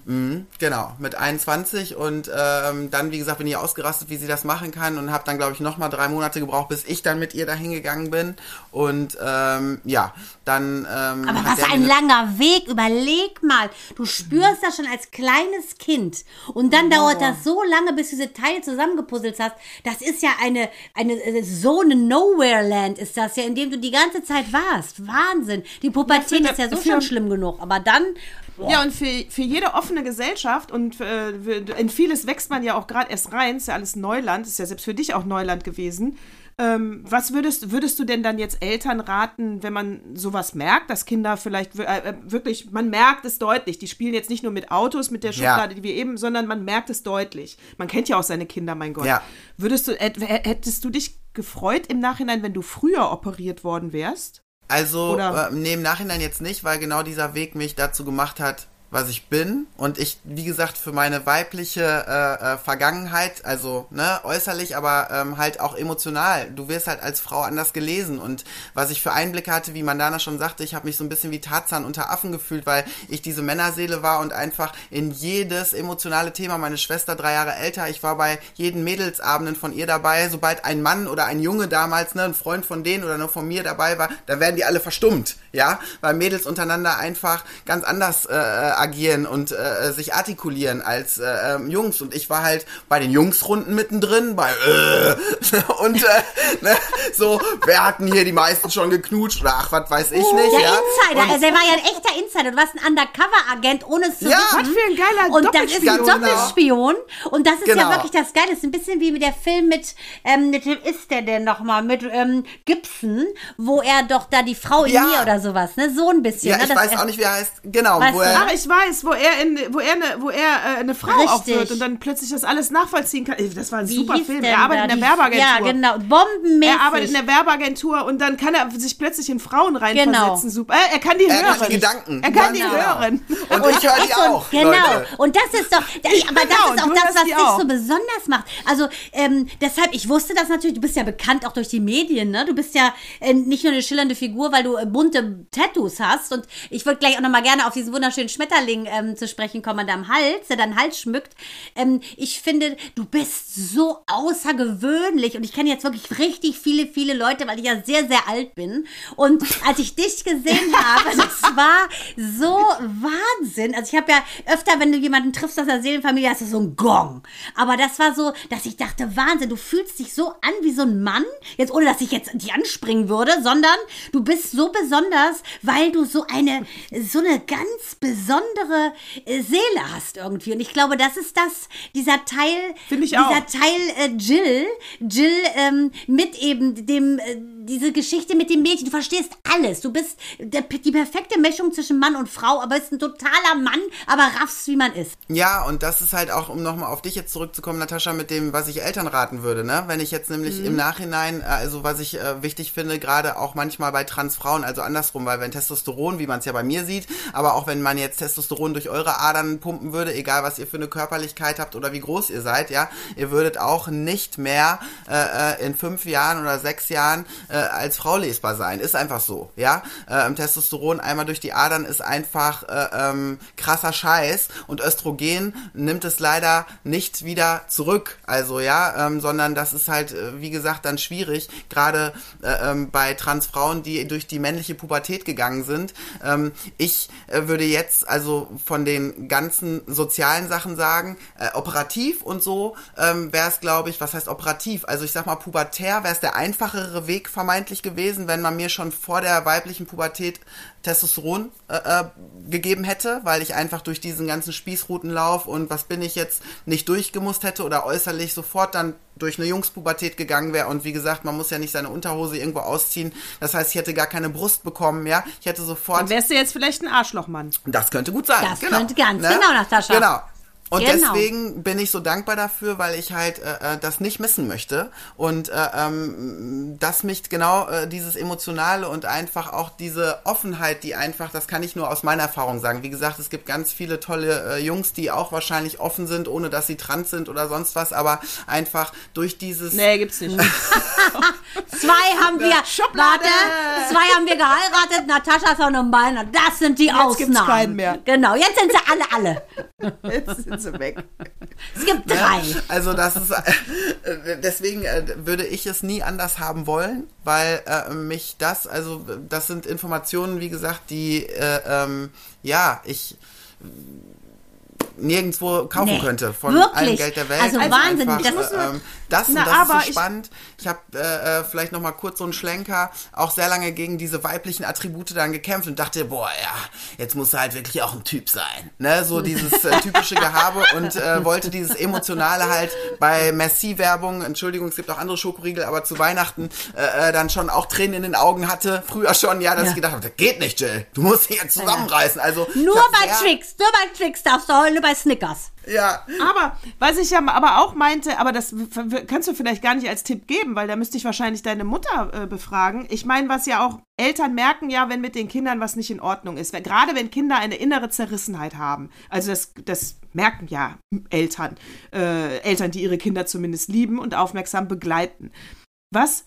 Mhm, genau, mit einundzwanzig und ähm, dann, wie gesagt, bin ich ausgerastet, wie sie das machen kann und habe dann, glaube ich, nochmal drei Monate gebraucht, bis ich dann mit ihr dahin gegangen bin und ähm, ja, dann... Ähm, Aber hat was der ein mir- langer Weg, überleg mal, du spürst das schon als kleines Kind und dann dauert das so lange, bis du diese Teile zusammengepuzzelt hast, das ist ja eine, eine äh, so eine Nowhere-Land ist das ja, in dem du die ganze Zeit warst, Wahnsinn, die Pubertät Ja, für- ist ja so für- schon schlimm genug, aber dann... Ja, und für, für jede offene Gesellschaft und äh, in vieles wächst man ja auch gerade erst rein, ist ja alles Neuland, ist ja selbst für dich auch Neuland gewesen. Ähm, was würdest, würdest du denn dann jetzt Eltern raten, wenn man sowas merkt, dass Kinder vielleicht äh, wirklich, man merkt es deutlich, die spielen jetzt nicht nur mit Autos, mit der Schublade, Ja. die wir eben, sondern man merkt es deutlich. Man kennt ja auch seine Kinder, mein Gott. Ja. Würdest du, äh, hättest du dich gefreut im Nachhinein, wenn du früher operiert worden wärst? Also, Oder- äh, nee, im Nachhinein jetzt nicht, weil genau dieser Weg mich dazu gemacht hat, was ich bin und ich, wie gesagt, für meine weibliche äh, äh, Vergangenheit, also ne, äußerlich, aber ähm, halt auch emotional, du wirst halt als Frau anders gelesen und was ich für Einblicke hatte, wie Mandana schon sagte, ich habe mich so ein bisschen wie Tarzan unter Affen gefühlt, weil ich diese Männerseele war und einfach in jedes emotionale Thema, meine Schwester drei Jahre älter, ich war bei jeden Mädelsabenden von ihr dabei, sobald ein Mann oder ein Junge damals, ne, ein Freund von denen oder nur von mir dabei war, dann werden die alle verstummt, ja, weil Mädels untereinander einfach ganz anders äh, agieren und äh, sich artikulieren als äh, ähm, Jungs und ich war halt bei den Jungsrunden mittendrin, bei äh, und äh, ne, so, wer hat denn hier die meisten schon geknutscht oder ach, was weiß ich nicht, Der ja. Insider, Und, also der war ja ein echter Insider. Du warst ein Undercover-Agent, ohne es zu Ja. wissen. Was für ein geiler Und das ist ein Doppelspion. Genau. Doppelspion. Und das ist ja Genau. wirklich das Geile. Das ist ein bisschen wie mit der Film mit, ähm, mit wem ist der denn nochmal? Mit ähm, Gibson, wo er doch da die Frau in Ja. mir oder sowas, ne? So ein bisschen. ja, ne? ich Das weiß er- auch nicht, wie er heißt, genau, Weißt wo du? er, Ach, ich weiß, wo er in, wo er eine, wo er äh, eine Frau Richtig. aufführt und dann plötzlich das alles nachvollziehen kann. Ey, das war ein Wie super hieß Film. denn Er arbeitet da in der die- Werbeagentur. Ja, genau. Bombenmäßig. Er arbeitet in der Werbeagentur und dann kann er sich plötzlich in Frauen reinversetzen. Genau. Super. Äh, er kann die Er hören. kann die Gedanken. Er kann die Genau. hören. und ich höre die Echt so ein- auch, Genau. Leute. Und das ist doch, aber Genau, das ist auch du das, hörst was die dich auch. so besonders macht. Also ähm, deshalb, ich wusste das natürlich, du bist ja bekannt auch durch die Medien, ne? Du bist ja äh, nicht nur eine schillernde Figur, weil du äh, bunte Tattoos hast. Und ich würde gleich auch nochmal gerne auf diesen wunderschönen Schmetterling ähm, zu sprechen kommen, der am Hals, der deinen Hals schmückt. Ähm, ich finde, du bist so außergewöhnlich und ich kenne jetzt wirklich richtig viele, viele Leute, weil ich ja sehr, sehr alt bin. Und als ich dich gesehen habe, das war so Wahnsinn. Also ich habe ja öfter, wenn du jemanden triffst aus der Seelenfamilie, hast du so einen Gong. Aber das war so, dass ich dachte, Wahnsinn, du fühlst dich so an wie so ein Mann, jetzt ohne, dass ich jetzt dich anspringen würde, sondern du bist so besonders, weil du so eine, so eine ganz besondere äh, Seele hast irgendwie. Und ich glaube, das ist das, dieser Teil, Finde ich dieser auch. Teil äh, Jill, Jill ähm, mit eben dem, äh, diese Geschichte mit dem Mädchen, du verstehst alles. Du bist der, die perfekte Mischung zwischen Mann und Frau, aber bist ein totaler Mann, aber raffst, wie man ist. Ja, und das ist halt auch, um nochmal auf dich jetzt zurückzukommen, Natascha, mit dem, was ich Eltern raten würde, ne? Wenn ich jetzt nämlich Mhm. im Nachhinein, äh, also was ich äh, wichtig finde, gerade auch manchmal bei Transfrauen, also andersrum, weil wenn Testosteron, wie man es ja bei mir sieht, aber auch wenn man jetzt Testosteron durch eure Adern pumpen würde, egal was ihr für eine Körperlichkeit habt oder wie groß ihr seid, ja, ihr würdet auch nicht mehr äh, in fünf Jahren oder sechs Jahren äh, als Frau lesbar sein. Ist einfach so, ja. Ähm, Testosteron einmal durch die Adern ist einfach äh, ähm, krasser Scheiß und Östrogen nimmt es leider nicht wieder zurück. Also ja, ähm, sondern das ist halt, äh, wie gesagt, dann schwierig, gerade äh, ähm, bei Transfrauen, die durch die männliche Pubertät gegangen sind. Ähm, ich äh, würde jetzt also von den ganzen sozialen Sachen sagen, äh, operativ und so ähm, wäre es, glaube ich, was heißt operativ? Also ich sag mal, pubertär wäre es der einfachere Weg vermeintlich gewesen, wenn man mir schon vor der weiblichen Pubertät Testosteron äh, äh, gegeben hätte, weil ich einfach durch diesen ganzen Spießrutenlauf und was bin ich jetzt nicht durchgemusst hätte oder äußerlich sofort dann durch eine Jungspubertät gegangen wäre und wie gesagt, man muss ja nicht seine Unterhose irgendwo ausziehen, das heißt, ich hätte gar keine Brust bekommen, ja, ich hätte sofort... Dann wärst du jetzt vielleicht ein Arschlochmann. Das könnte gut sein. Das genau, könnte ganz genau, Natascha. Genau. Und Genau. deswegen bin ich so dankbar dafür, weil ich halt äh, das nicht missen möchte und äh, ähm, dass mich genau äh, dieses Emotionale und einfach auch diese Offenheit, die einfach, das kann ich nur aus meiner Erfahrung sagen. Wie gesagt, es gibt ganz viele tolle äh, Jungs, die auch wahrscheinlich offen sind, ohne dass sie trans sind oder sonst was, aber einfach durch dieses... Nee, gibt's nicht. Zwei haben wir, Schublade. warte, zwei haben wir geheiratet, Natascha ist auch noch Beiner. Das sind die Jetzt Ausnahmen. gibt's keinen mehr. Genau, jetzt sind sie alle, alle. Jetzt sind sie weg. Es gibt drei. Also das ist, äh, deswegen äh, würde ich es nie anders haben wollen, weil äh, mich das, also das sind Informationen, wie gesagt, die, äh, ähm, ja, ich nirgendwo kaufen Nee, könnte von wirklich? allem Geld der Welt. Also Wahnsinn, Einfach, das- äh, ähm, das, Na, und das aber ist so ich- spannend. Ich, ich habe äh, vielleicht noch mal kurz so einen Schlenker, auch sehr lange gegen diese weiblichen Attribute dann gekämpft und dachte, boah, ja, jetzt muss er halt wirklich auch ein Typ sein. Ne? So dieses äh, typische Gehabe und äh, wollte dieses Emotionale halt bei Merci-Werbung, Entschuldigung, es gibt auch andere Schokoriegel, aber zu Weihnachten äh, äh, dann schon auch Tränen in den Augen hatte, früher schon, ja, dass Ja. ich gedacht habe, das geht nicht, Jill, du musst dich jetzt zusammenreißen. Also, ich Nur hab bei sehr- Tricks, nur bei Tricks darfst du heulen, nur bei Snickers. Ja, Aber, was ich ja aber auch meinte, aber das w- w- kannst du vielleicht gar nicht als Tipp geben, weil da müsste ich wahrscheinlich deine Mutter äh, befragen. Ich meine, was ja auch Eltern merken ja, wenn mit den Kindern was nicht in Ordnung ist. Weil, gerade wenn Kinder eine innere Zerrissenheit haben. Also das, das merken ja Eltern. Äh, Eltern, die ihre Kinder zumindest lieben und aufmerksam begleiten. Was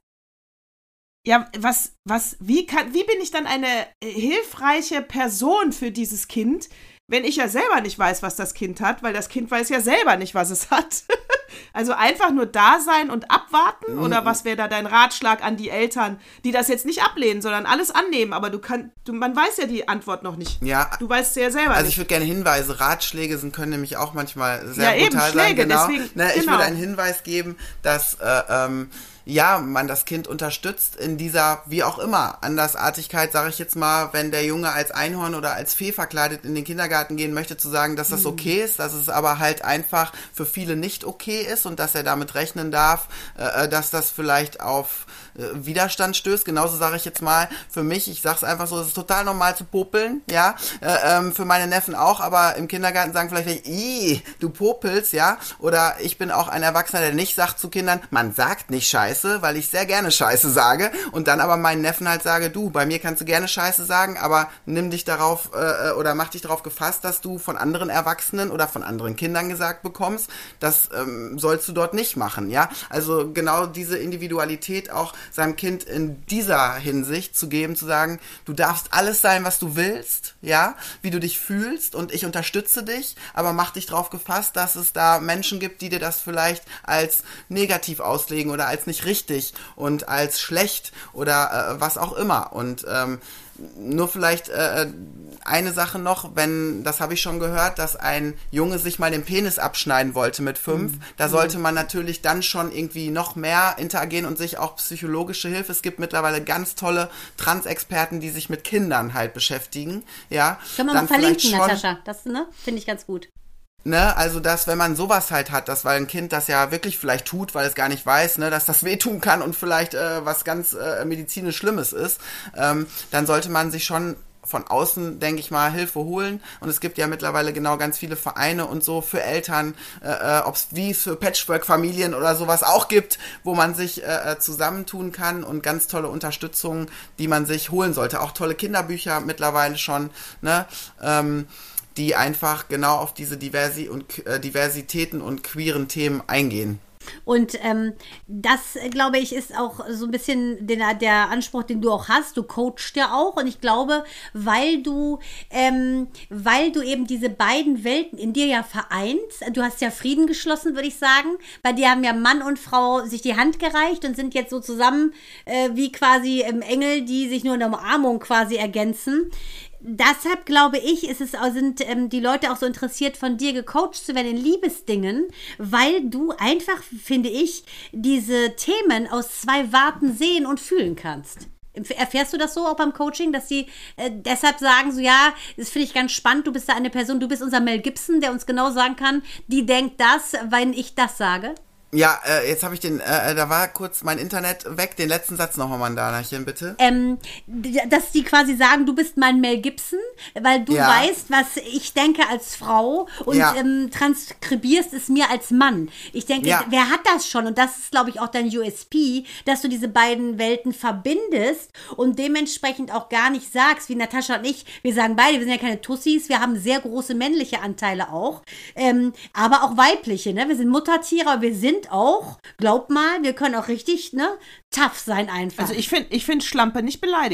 Ja, was, was, wie kann, wie bin ich dann eine äh, hilfreiche Person für dieses Kind, wenn ich ja selber nicht weiß, was das Kind hat, weil das Kind weiß ja selber nicht, was es hat. Also einfach nur da sein und abwarten? Oder was wäre da dein Ratschlag an die Eltern, die das jetzt nicht ablehnen, sondern alles annehmen? Aber du kannst, du, man weiß ja die Antwort noch nicht. Ja. Du weißt ja selber Also ich nicht. würde gerne Hinweise, Ratschläge sind, können nämlich auch manchmal sehr Ja, eben, brutal sein. Schläge, Genau. deswegen- ne, ich genau. würde einen Hinweis geben, dass äh, ähm, ja, man das Kind unterstützt in dieser, wie auch immer, Andersartigkeit, sage ich jetzt mal, wenn der Junge als Einhorn oder als Fee verkleidet in den Kindergarten gehen möchte, zu sagen, dass das okay ist, dass es aber halt einfach für viele nicht okay ist und dass er damit rechnen darf, äh, dass das vielleicht auf äh, Widerstand stößt. Genauso sage ich jetzt mal, für mich, ich sage es einfach so, es ist total normal zu popeln, ja, äh, ähm, für meine Neffen auch, aber im Kindergarten sagen vielleicht, ih, du popelst, ja, oder ich bin auch ein Erwachsener, der nicht sagt zu Kindern, man sagt nicht Scheiße, weil ich sehr gerne Scheiße sage und dann aber meinen Neffen halt sage, du, bei mir kannst du gerne Scheiße sagen, aber nimm dich darauf äh, oder mach dich darauf gefasst, dass du von anderen Erwachsenen oder von anderen Kindern gesagt bekommst, das ähm, sollst du dort nicht machen, ja, also genau diese Individualität auch seinem Kind in dieser Hinsicht zu geben, zu sagen, du darfst alles sein, was du willst, ja, wie du dich fühlst und ich unterstütze dich, aber mach dich darauf gefasst, dass es da Menschen gibt, die dir das vielleicht als negativ auslegen oder als nicht richtig und als schlecht oder äh, was auch immer. Und ähm, nur vielleicht äh, eine Sache noch, wenn, das habe ich schon gehört, dass ein Junge sich mal den Penis abschneiden wollte mit fünf, mhm. da sollte man natürlich dann schon irgendwie noch mehr interagieren und sich auch psychologische Hilfe, es gibt mittlerweile ganz tolle Trans-Experten, die sich mit Kindern halt beschäftigen, ja. Können wir dann mal verlinken, vielleicht schon, Natascha. Das, ne, finde ich ganz gut. Ne, also dass, wenn man sowas halt hat, dass weil ein Kind das ja wirklich vielleicht tut, weil es gar nicht weiß, ne, dass das wehtun kann und vielleicht äh, was ganz äh, medizinisch Schlimmes ist, ähm, dann sollte man sich schon von außen, denke ich mal, Hilfe holen. Und es gibt ja mittlerweile genau ganz viele Vereine und so für Eltern, äh, ob es wie es für Patchwork-Familien oder sowas auch gibt, wo man sich äh, zusammentun kann und ganz tolle Unterstützung, die man sich holen sollte. Auch tolle Kinderbücher mittlerweile schon, ne, ähm, die einfach genau auf diese Diversi und, äh, Diversitäten und queeren Themen eingehen. Und ähm, das, glaube ich, ist auch so ein bisschen den, der Anspruch, den du auch hast. Du coachst ja auch. Und ich glaube, weil du, ähm, weil du eben diese beiden Welten in dir ja vereinst, du hast ja Frieden geschlossen, würde ich sagen. Bei dir haben ja Mann und Frau sich die Hand gereicht und sind jetzt so zusammen äh, wie quasi ähm, Engel, die sich nur in der Umarmung quasi ergänzen. Deshalb glaube ich, ist es, sind ähm, die Leute auch so interessiert, von dir gecoacht zu werden in Liebesdingen, weil du einfach, finde ich, diese Themen aus zwei Warten sehen und fühlen kannst. Erfährst du das so auch beim Coaching, dass sie äh, deshalb sagen, so ja, das finde ich ganz spannend, du bist da eine Person, du bist unser Mel Gibson, der uns genau sagen kann, die denkt das, wenn ich das sage? Ja, äh, jetzt habe ich den, äh, da war kurz mein Internet weg. Den letzten Satz nochmal, Mandanachen, bitte. Ähm, dass die quasi sagen, du bist mein Mel Gibson, weil du ja. weißt, was ich denke als Frau und ja. ähm, transkribierst es mir als Mann. Ich denke, ja. wer hat das schon? Und das ist, glaube ich, auch dein U S P, dass du diese beiden Welten verbindest und dementsprechend auch gar nicht sagst, wie Natascha und ich, wir sagen beide, wir sind ja keine Tussis, wir haben sehr große männliche Anteile auch, ähm, aber auch weibliche, ne? Wir sind Muttertiere, aber wir sind auch, glaub mal, wir können auch richtig, ne, tough sein einfach. Also ich finde ich find Schlampe nicht beleidigend.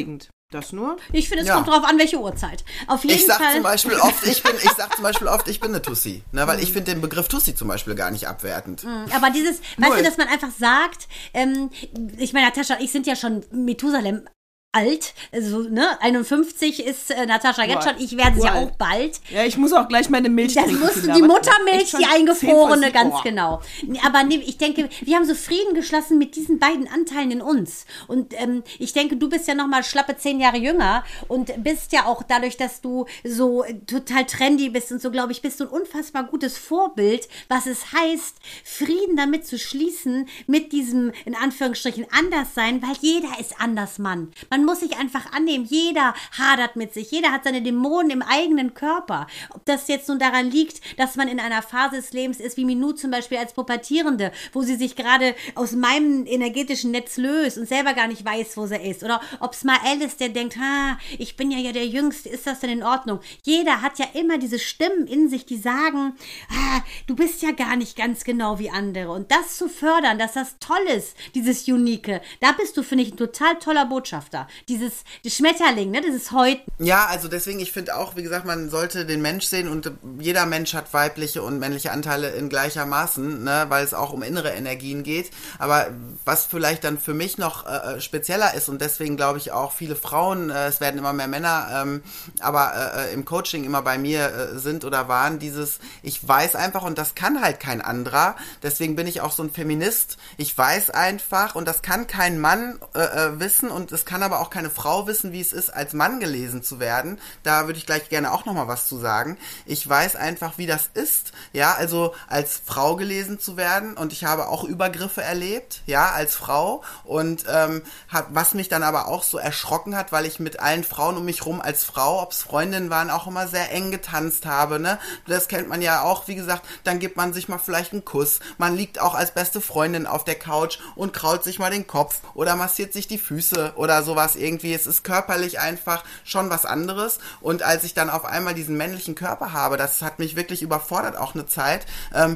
Das nur? Ich finde, es Ja. kommt drauf an, welche Uhrzeit. Auf jeden Ich sag Fall. zum Beispiel oft, ich bin, ich sag zum Beispiel oft, ich bin eine Tussi. Ne, weil ich finde den Begriff Tussi zum Beispiel gar nicht abwertend. Aber dieses, Null. weißt du, dass man einfach sagt, ähm, ich meine, Natascha und ich sind ja schon Methusalem alt, also ne, einundfünfzig ist äh, Natascha jetzt Boah, schon, ich werde es ja uralt. auch bald. Ja, ich muss auch gleich meine Milch Das trinken. musst du, Kinder. die Was- Muttermilch, echt schon die zehn vor eingefrorene, sieben. ganz Oh. genau. Aber nee, ich denke, wir haben so Frieden geschlossen mit diesen beiden Anteilen in uns. Und ähm, ich denke, du bist ja noch mal schlappe zehn Jahre jünger und bist ja auch dadurch, dass du so äh, total trendy bist und so, glaube ich, bist du ein unfassbar gutes Vorbild, was es heißt, Frieden damit zu schließen, mit diesem, in Anführungsstrichen, Anderssein, weil jeder ist anders, Mann. Man muss sich einfach annehmen. Jeder hadert mit sich. Jeder hat seine Dämonen im eigenen Körper. Ob das jetzt nun daran liegt, dass man in einer Phase des Lebens ist, wie Minou zum Beispiel als Pubertierende, wo sie sich gerade aus meinem energetischen Netz löst und selber gar nicht weiß, wo sie ist. Oder ob Smael ist, der denkt, ha, ich bin ja ja der Jüngste, ist das denn in Ordnung? Jeder hat ja immer diese Stimmen in sich, die sagen, ah, du bist ja gar nicht ganz genau wie andere. Und das zu fördern, dass das toll ist, dieses Unique, da bist du, finde ich, ein total toller Botschafter. Dieses die Schmetterling, ne, dieses Häuten. Ja, also deswegen, ich finde auch, wie gesagt, man sollte den Mensch sehen und jeder Mensch hat weibliche und männliche Anteile in gleichermaßen, ne, weil es auch um innere Energien geht. Aber was vielleicht dann für mich noch äh, spezieller ist und deswegen glaube ich auch viele Frauen, äh, es werden immer mehr Männer, ähm, aber äh, im Coaching immer bei mir äh, sind oder waren, dieses, ich weiß einfach und das kann halt kein anderer, deswegen bin ich auch so ein Feminist, ich weiß einfach und das kann kein Mann äh, äh, wissen und es kann aber auch keine Frau wissen, wie es ist, als Mann gelesen zu werden. Da würde ich gleich gerne auch nochmal was zu sagen. Ich weiß einfach, wie das ist, ja, also als Frau gelesen zu werden und ich habe auch Übergriffe erlebt, ja, als Frau und ähm, hab, was mich dann aber auch so erschrocken hat, weil ich mit allen Frauen um mich rum als Frau, ob es Freundinnen waren, auch immer sehr eng getanzt habe, ne, das kennt man ja auch, wie gesagt, dann gibt man sich mal vielleicht einen Kuss, man liegt auch als beste Freundin auf der Couch und krault sich mal den Kopf oder massiert sich die Füße oder sowas irgendwie, es ist körperlich einfach schon was anderes und als ich dann auf einmal diesen männlichen Körper habe, das hat mich wirklich überfordert, auch eine Zeit, ähm,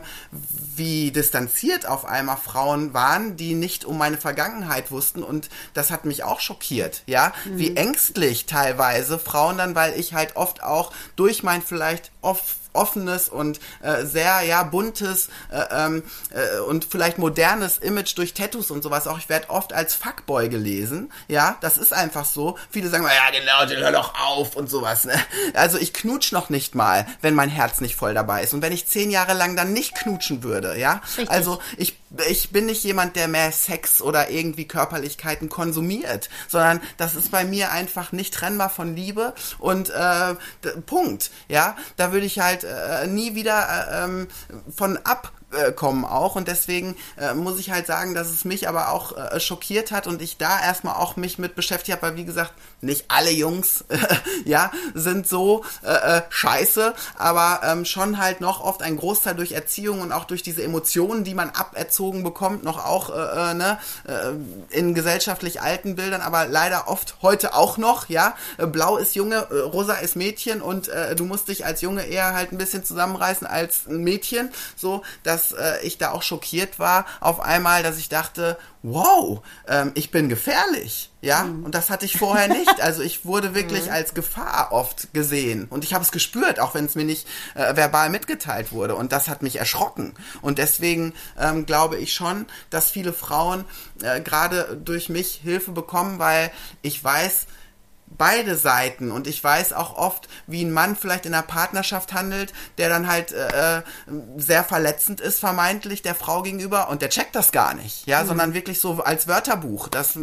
wie distanziert auf einmal Frauen waren, die nicht um meine Vergangenheit wussten und das hat mich auch schockiert, ja, mhm. wie ängstlich teilweise Frauen dann, weil ich halt oft auch durch mein vielleicht oft offenes und äh, sehr, ja, buntes äh, ähm, äh, und vielleicht modernes Image durch Tattoos und sowas auch. Ich werde oft als Fuckboy gelesen, ja, das ist einfach so. Viele sagen, ja, genau, hör doch auf und sowas, ne? Also ich knutsch noch nicht mal, wenn mein Herz nicht voll dabei ist. Und wenn ich zehn Jahre lang dann nicht knutschen würde, ja, Richtig. Also ich ich bin nicht jemand, der mehr Sex oder irgendwie Körperlichkeiten konsumiert, sondern das ist bei mir einfach nicht trennbar von Liebe und äh, d- Punkt, ja, da würde ich halt äh, nie wieder äh, ähm, von ab kommen auch und deswegen äh, muss ich halt sagen, dass es mich aber auch äh, schockiert hat und ich da erstmal auch mich mit beschäftigt habe, weil wie gesagt, nicht alle Jungs äh, ja, sind so äh, scheiße, aber ähm, schon halt noch oft ein Großteil durch Erziehung und auch durch diese Emotionen, die man aberzogen bekommt, noch auch äh, ne, äh, in gesellschaftlich alten Bildern, aber leider oft heute auch noch, ja, blau ist Junge, äh, rosa ist Mädchen und äh, du musst dich als Junge eher halt ein bisschen zusammenreißen als ein Mädchen, so, dass ich da auch schockiert war auf einmal, dass ich dachte, wow, ähm, ich bin gefährlich, ja, mhm. und das hatte ich vorher nicht, also ich wurde wirklich mhm. als Gefahr oft gesehen und ich habe es gespürt, auch wenn es mir nicht äh, verbal mitgeteilt wurde und das hat mich erschrocken und deswegen ähm, glaube ich schon, dass viele Frauen äh, gerade durch mich Hilfe bekommen, weil ich weiß, beide Seiten und ich weiß auch oft, wie ein Mann vielleicht in einer Partnerschaft handelt, der dann halt äh, sehr verletzend ist vermeintlich der Frau gegenüber und der checkt das gar nicht, ja, mhm. sondern wirklich so als Wörterbuch, das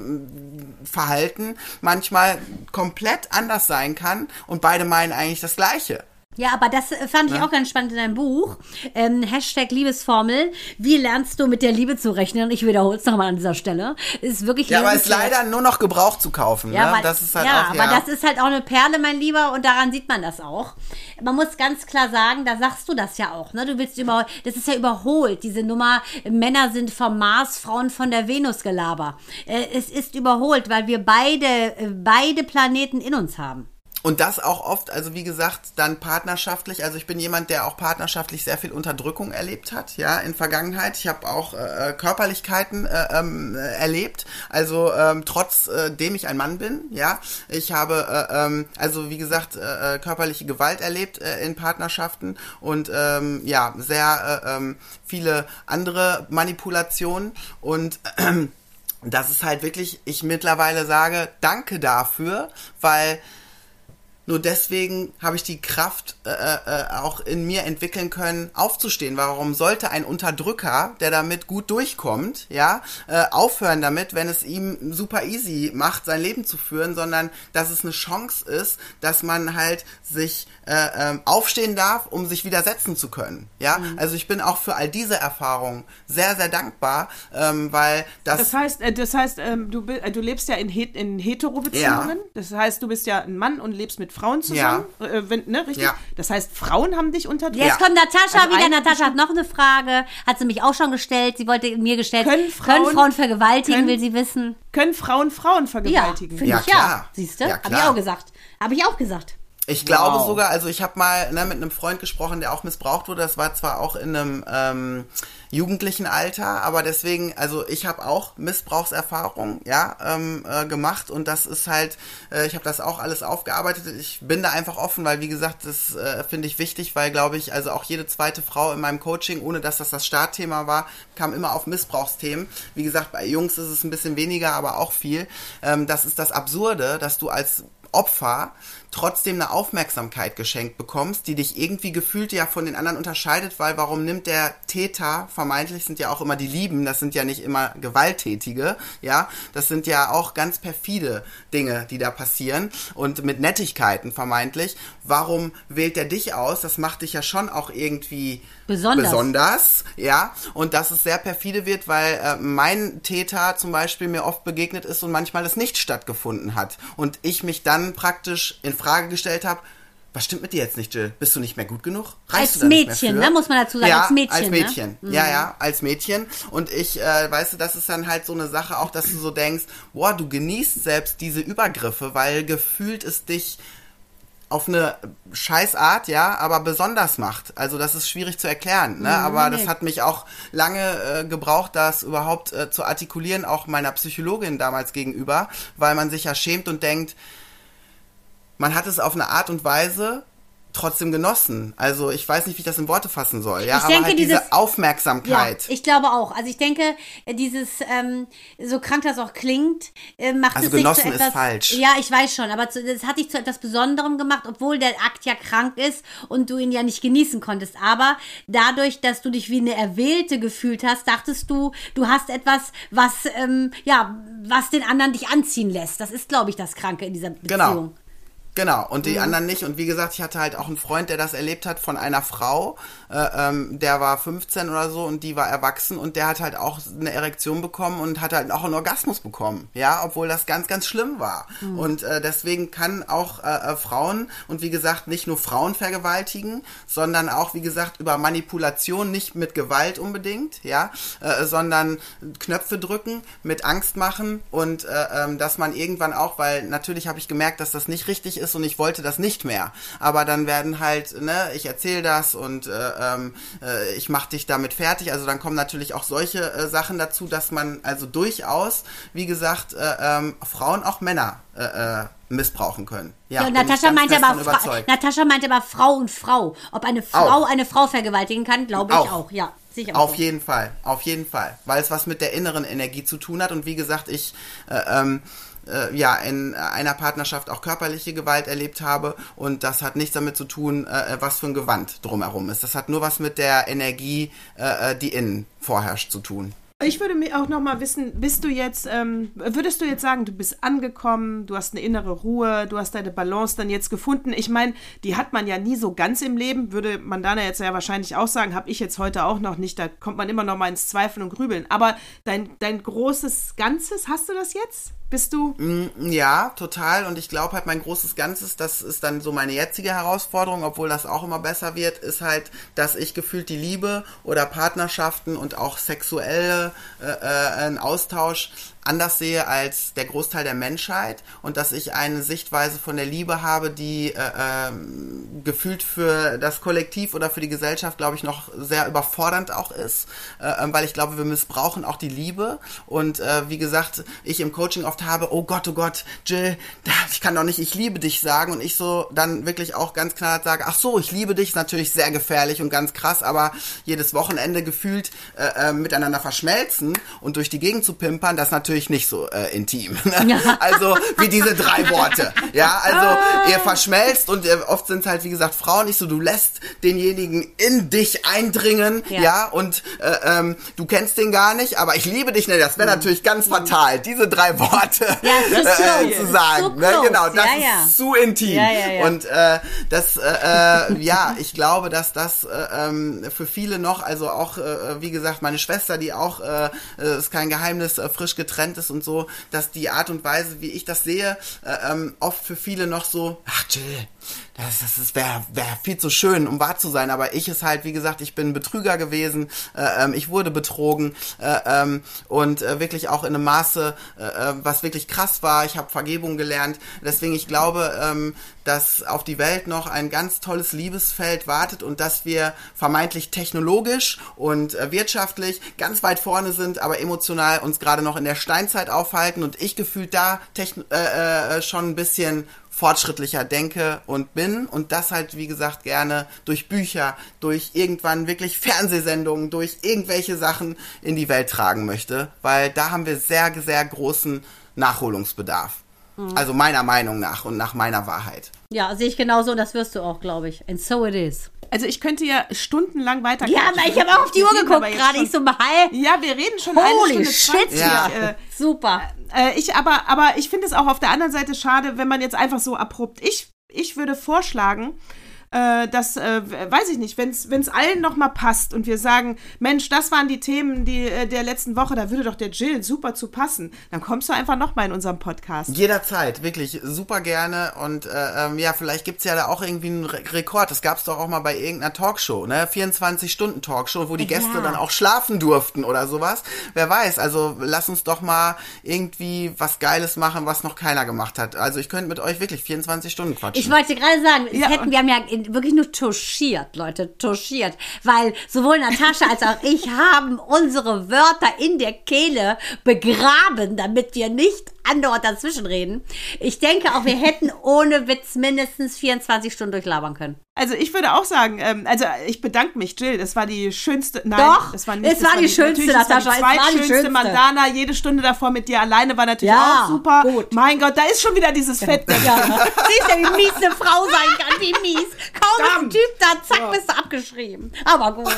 Verhalten manchmal komplett anders sein kann und beide meinen eigentlich das Gleiche. Ja, aber das fand ich Ja. auch ganz spannend in deinem Buch. Ähm, Hashtag Liebesformel. Wie lernst du mit der Liebe zu rechnen? Und ich wiederhole es nochmal an dieser Stelle. Ist wirklich Ja, aber es ist lebenswert. leider nur noch gebraucht zu kaufen. Ja, ne? weil, das ist halt ja auch, aber ja. das ist halt auch eine Perle, mein Lieber, und daran sieht man das auch. Man muss ganz klar sagen, da sagst du das ja auch, ne? Du willst über, das ist ja überholt, diese Nummer, Männer sind vom Mars, Frauen von der Venus Gelaber. Äh, es ist überholt, weil wir beide, äh, beide Planeten in uns haben. Und das auch oft, also wie gesagt, dann partnerschaftlich. Also ich bin jemand, der auch partnerschaftlich sehr viel Unterdrückung erlebt hat, ja, in Vergangenheit. Ich habe auch äh, Körperlichkeiten äh, ähm, erlebt, also ähm, trotzdem ich ein Mann bin, ja. Ich habe, äh, ähm, also wie gesagt, äh, körperliche Gewalt erlebt äh, in Partnerschaften und ähm, ja, sehr äh, ähm, viele andere Manipulationen und äh, das ist halt wirklich, ich mittlerweile sage, danke dafür, weil nur deswegen habe ich die Kraft äh, äh, auch in mir entwickeln können, aufzustehen. Warum sollte ein Unterdrücker, der damit gut durchkommt, ja, äh, aufhören damit, wenn es ihm super easy macht, sein Leben zu führen, sondern dass es eine Chance ist, dass man halt sich äh, äh, aufstehen darf, um sich widersetzen zu können. Ja, mhm. Also ich bin auch für all diese Erfahrungen sehr, sehr dankbar, ähm, weil das... Das heißt, äh, das heißt ähm, du, äh, du lebst ja in, Het- in Hetero-Beziehungen. Ja. Das heißt, du bist ja ein Mann und lebst mit Frauen zusammen, ja. äh, wenn, ne, richtig? Ja. Das heißt, Frauen haben dich unterdrückt. Jetzt kommt Natascha also wieder. Natascha hat noch eine Frage, hat sie mich auch schon gestellt. Sie wollte mir gestellt, können Frauen, können Frauen vergewaltigen, können, will sie wissen. Können Frauen Frauen vergewaltigen? Ja, finde ja, ich klar. ja. Siehst du? Ja, habe ich auch gesagt. Habe ich auch gesagt. Ich glaube wow. sogar, also ich habe mal ne, mit einem Freund gesprochen, der auch missbraucht wurde. Das war zwar auch in einem ähm, jugendlichen Alter, aber deswegen, also ich habe auch Missbrauchserfahrung, ja, ähm, äh, gemacht und das ist halt, äh, ich habe das auch alles aufgearbeitet. Ich bin da einfach offen, weil wie gesagt, das äh, finde ich wichtig, weil glaube ich, also auch jede zweite Frau in meinem Coaching, ohne dass das das Startthema war, kam immer auf Missbrauchsthemen. Wie gesagt, bei Jungs ist es ein bisschen weniger, aber auch viel. Ähm, das ist das Absurde, dass du als Opfer trotzdem eine Aufmerksamkeit geschenkt bekommst, die dich irgendwie gefühlt ja von den anderen unterscheidet, weil warum nimmt der Täter, vermeintlich sind ja auch immer die Lieben, das sind ja nicht immer Gewalttätige, ja, das sind ja auch ganz perfide Dinge, die da passieren und mit Nettigkeiten vermeintlich, warum wählt der dich aus? Das macht dich ja schon auch irgendwie besonders, besonders ja, und dass es sehr perfide wird, weil äh, mein Täter zum Beispiel mir oft begegnet ist und manchmal es nicht stattgefunden hat und ich mich dann praktisch in Frage gestellt habe, was stimmt mit dir jetzt nicht, Jill? Bist du nicht mehr gut genug? Reichst als du da Mädchen, nicht mehr für? Ne, muss man dazu sagen, ja, als Mädchen. als Mädchen. Ne? Ja, ja, als Mädchen. Und ich, äh, weißt du, das ist dann halt so eine Sache auch, dass du so denkst, boah, du genießt selbst diese Übergriffe, weil gefühlt es dich auf eine Scheißart, ja, aber besonders macht. Also das ist schwierig zu erklären, ne? Mhm, aber nee. das hat mich auch lange äh, gebraucht, das überhaupt äh, zu artikulieren, auch meiner Psychologin damals gegenüber, weil man sich ja schämt und denkt, man hat es auf eine Art und Weise trotzdem genossen. Also ich weiß nicht, wie ich das in Worte fassen soll. Ja, ich aber denke, halt dieses, diese Aufmerksamkeit. Ja, ich glaube auch. Also ich denke, dieses, ähm, so krank das auch klingt, äh, macht also es sich genossen zu etwas... ist falsch. Ja, ich weiß schon, aber zu, das hat dich zu etwas Besonderem gemacht, obwohl der Akt ja krank ist und du ihn ja nicht genießen konntest. Aber dadurch, dass du dich wie eine Erwählte gefühlt hast, dachtest du, du hast etwas, was, ähm, ja, was den anderen dich anziehen lässt. Das ist, glaube ich, das Kranke in dieser Beziehung. Genau. Genau, und die mhm. anderen nicht. Und wie gesagt, ich hatte halt auch einen Freund, der das erlebt hat von einer Frau, äh, ähm, der war fünfzehn oder so und die war erwachsen und der hat halt auch eine Erektion bekommen und hat halt auch einen Orgasmus bekommen, ja, obwohl das ganz, ganz schlimm war. Mhm. Und äh, deswegen kann auch äh, Frauen und wie gesagt, nicht nur Frauen vergewaltigen, sondern auch, wie gesagt, über Manipulation, nicht mit Gewalt unbedingt, ja, äh, sondern Knöpfe drücken, mit Angst machen und äh, ähm, dass man irgendwann auch, weil natürlich habe ich gemerkt, dass das nicht richtig ist und ich wollte das nicht mehr. Aber dann werden halt, ne, ich erzähle das und äh, ähm, äh, ich mache dich damit fertig. Also dann kommen natürlich auch solche äh, Sachen dazu, dass man also durchaus, wie gesagt, äh, ähm, Frauen auch Männer äh, äh, missbrauchen können. Ja, ja, und Natascha meinte, aber Fra- Natascha meinte aber Frau und Frau. Ob eine Frau auch. eine Frau vergewaltigen kann, glaube ich auch. auch. Ja, sicher. Auf jeden Fall, auf jeden Fall. Weil es was mit der inneren Energie zu tun hat. Und wie gesagt, ich äh, ähm, äh, ja in einer Partnerschaft auch körperliche Gewalt erlebt habe. Und das hat nichts damit zu tun, äh, was für ein Gewand drumherum ist. Das hat nur was mit der Energie, äh, die innen vorherrscht, zu tun. Ich würde mir auch noch mal wissen, bist du jetzt, ähm, würdest du jetzt sagen, du bist angekommen, du hast eine innere Ruhe, du hast deine Balance dann jetzt gefunden? Ich meine, die hat man ja nie so ganz im Leben, würde Mandana jetzt ja wahrscheinlich auch sagen, habe ich jetzt heute auch noch nicht, da kommt man immer noch mal ins Zweifeln und Grübeln. Aber dein, dein großes Ganzes, hast du das jetzt? Bist du? Ja, total. Und ich glaube halt, mein großes Ganzes, das ist dann so meine jetzige Herausforderung, obwohl das auch immer besser wird, ist halt, dass ich gefühlt die Liebe oder Partnerschaften und auch sexuelle äh, äh, einen Austausch anders sehe als der Großteil der Menschheit und dass ich eine Sichtweise von der Liebe habe, die äh, äh, gefühlt für das Kollektiv oder für die Gesellschaft, glaube ich, noch sehr überfordernd auch ist, äh, weil ich glaube, wir missbrauchen auch die Liebe und äh, wie gesagt, ich im Coaching oft habe, oh Gott, oh Gott, Jill, ich kann doch nicht ich liebe dich sagen und ich so dann wirklich auch ganz klar sage, ach so, ich liebe dich, ist natürlich sehr gefährlich und ganz krass, aber jedes Wochenende gefühlt äh, äh, miteinander verschmelzen und durch die Gegend zu pimpern, das ist natürlich nicht so äh, intim. Ne? Also wie diese drei Worte. Ja, also ihr verschmelzt und äh, oft sind es halt, wie gesagt, Frauen nicht so, du lässt denjenigen in dich eindringen, ja, ja und äh, ähm, du kennst den gar nicht, aber ich liebe dich, ne, das wäre mhm. natürlich ganz fatal, diese drei Worte ja, äh, zu sagen. So ne? Genau, das ja, ja. ist zu intim. Ja, ja, ja. Und äh, das, äh, äh, ja, ich glaube, dass das äh, ähm, für viele noch, also auch, äh, wie gesagt, meine Schwester, die auch, äh, ist kein Geheimnis, äh, frisch getrennt ist und so, dass die Art und Weise, wie ich das sehe, äh, ähm, oft für viele noch so, ach Jill, das, das wäre wär viel zu schön, um wahr zu sein, aber ich ist halt, wie gesagt, ich bin ein Betrüger gewesen, äh, ähm, ich wurde betrogen äh, ähm, und äh, wirklich auch in einem Maße, äh, was wirklich krass war, ich habe Vergebung gelernt, deswegen ich glaube, ähm, dass auf die Welt noch ein ganz tolles Liebesfeld wartet und dass wir vermeintlich technologisch und äh, wirtschaftlich ganz weit vorne sind, aber emotional uns gerade noch in der Steinzeit aufhalten und ich gefühlt da techn- äh, äh, schon ein bisschen fortschrittlicher denke und bin und das halt, wie gesagt, gerne durch Bücher, durch irgendwann wirklich Fernsehsendungen, durch irgendwelche Sachen in die Welt tragen möchte, weil da haben wir sehr, sehr großen Nachholungsbedarf. Mhm. Also meiner Meinung nach und nach meiner Wahrheit. Ja, sehe ich genauso und das wirst du auch, glaube ich. And so it is. Also ich könnte ja stundenlang weiter. Ja, aber ich habe auch auf die Uhr geguckt gerade. Ich so mal, ja, wir reden schon Holy eine Stunde shit. zwanzig. Ja. Äh, super. Äh, ich aber, aber ich finde es auch auf der anderen Seite schade, wenn man jetzt einfach so abrupt. Ich, ich würde vorschlagen, äh, dass, äh, weiß ich nicht, wenn es allen nochmal passt und wir sagen, Mensch, das waren die Themen die, äh, der letzten Woche, da würde doch der Jill super zu passen, dann kommst du einfach nochmal in unserem Podcast. Jederzeit, wirklich super gerne und äh, ähm, ja, vielleicht gibt's ja da auch irgendwie einen Re- Rekord, das gab's doch auch mal bei irgendeiner Talkshow, ne, vierundzwanzig-Stunden-Talkshow, wo die Gäste ja. dann auch schlafen durften oder sowas, wer weiß, also lass uns doch mal irgendwie was Geiles machen, was noch keiner gemacht hat, also ich könnte mit euch wirklich vierundzwanzig Stunden quatschen. Ich wollte gerade sagen, ja, hätten, wir haben ja in, wirklich nur touchiert, Leute, touchiert, weil sowohl Natascha als auch ich haben unsere Wörter in der Kehle begraben, damit wir nicht andauernd dazwischen reden. Ich denke auch, wir hätten ohne Witz mindestens vierundzwanzig Stunden durchlabern können. Also ich würde auch sagen, ähm, also ich bedanke mich, Jill, das war die schönste, nein, Doch, das war nicht, es das war die schönste, Natascha, das war die es war die zweitschönste schönste. Mandana, jede Stunde davor mit dir alleine war natürlich Ja, auch super. gut. Mein Gott, da ist schon wieder dieses Fett. Ja. Siehst du, wie mies eine Frau sein kann, wie mies. Kaum ist ein Typ da, zack, bist du abgeschrieben. Aber gut.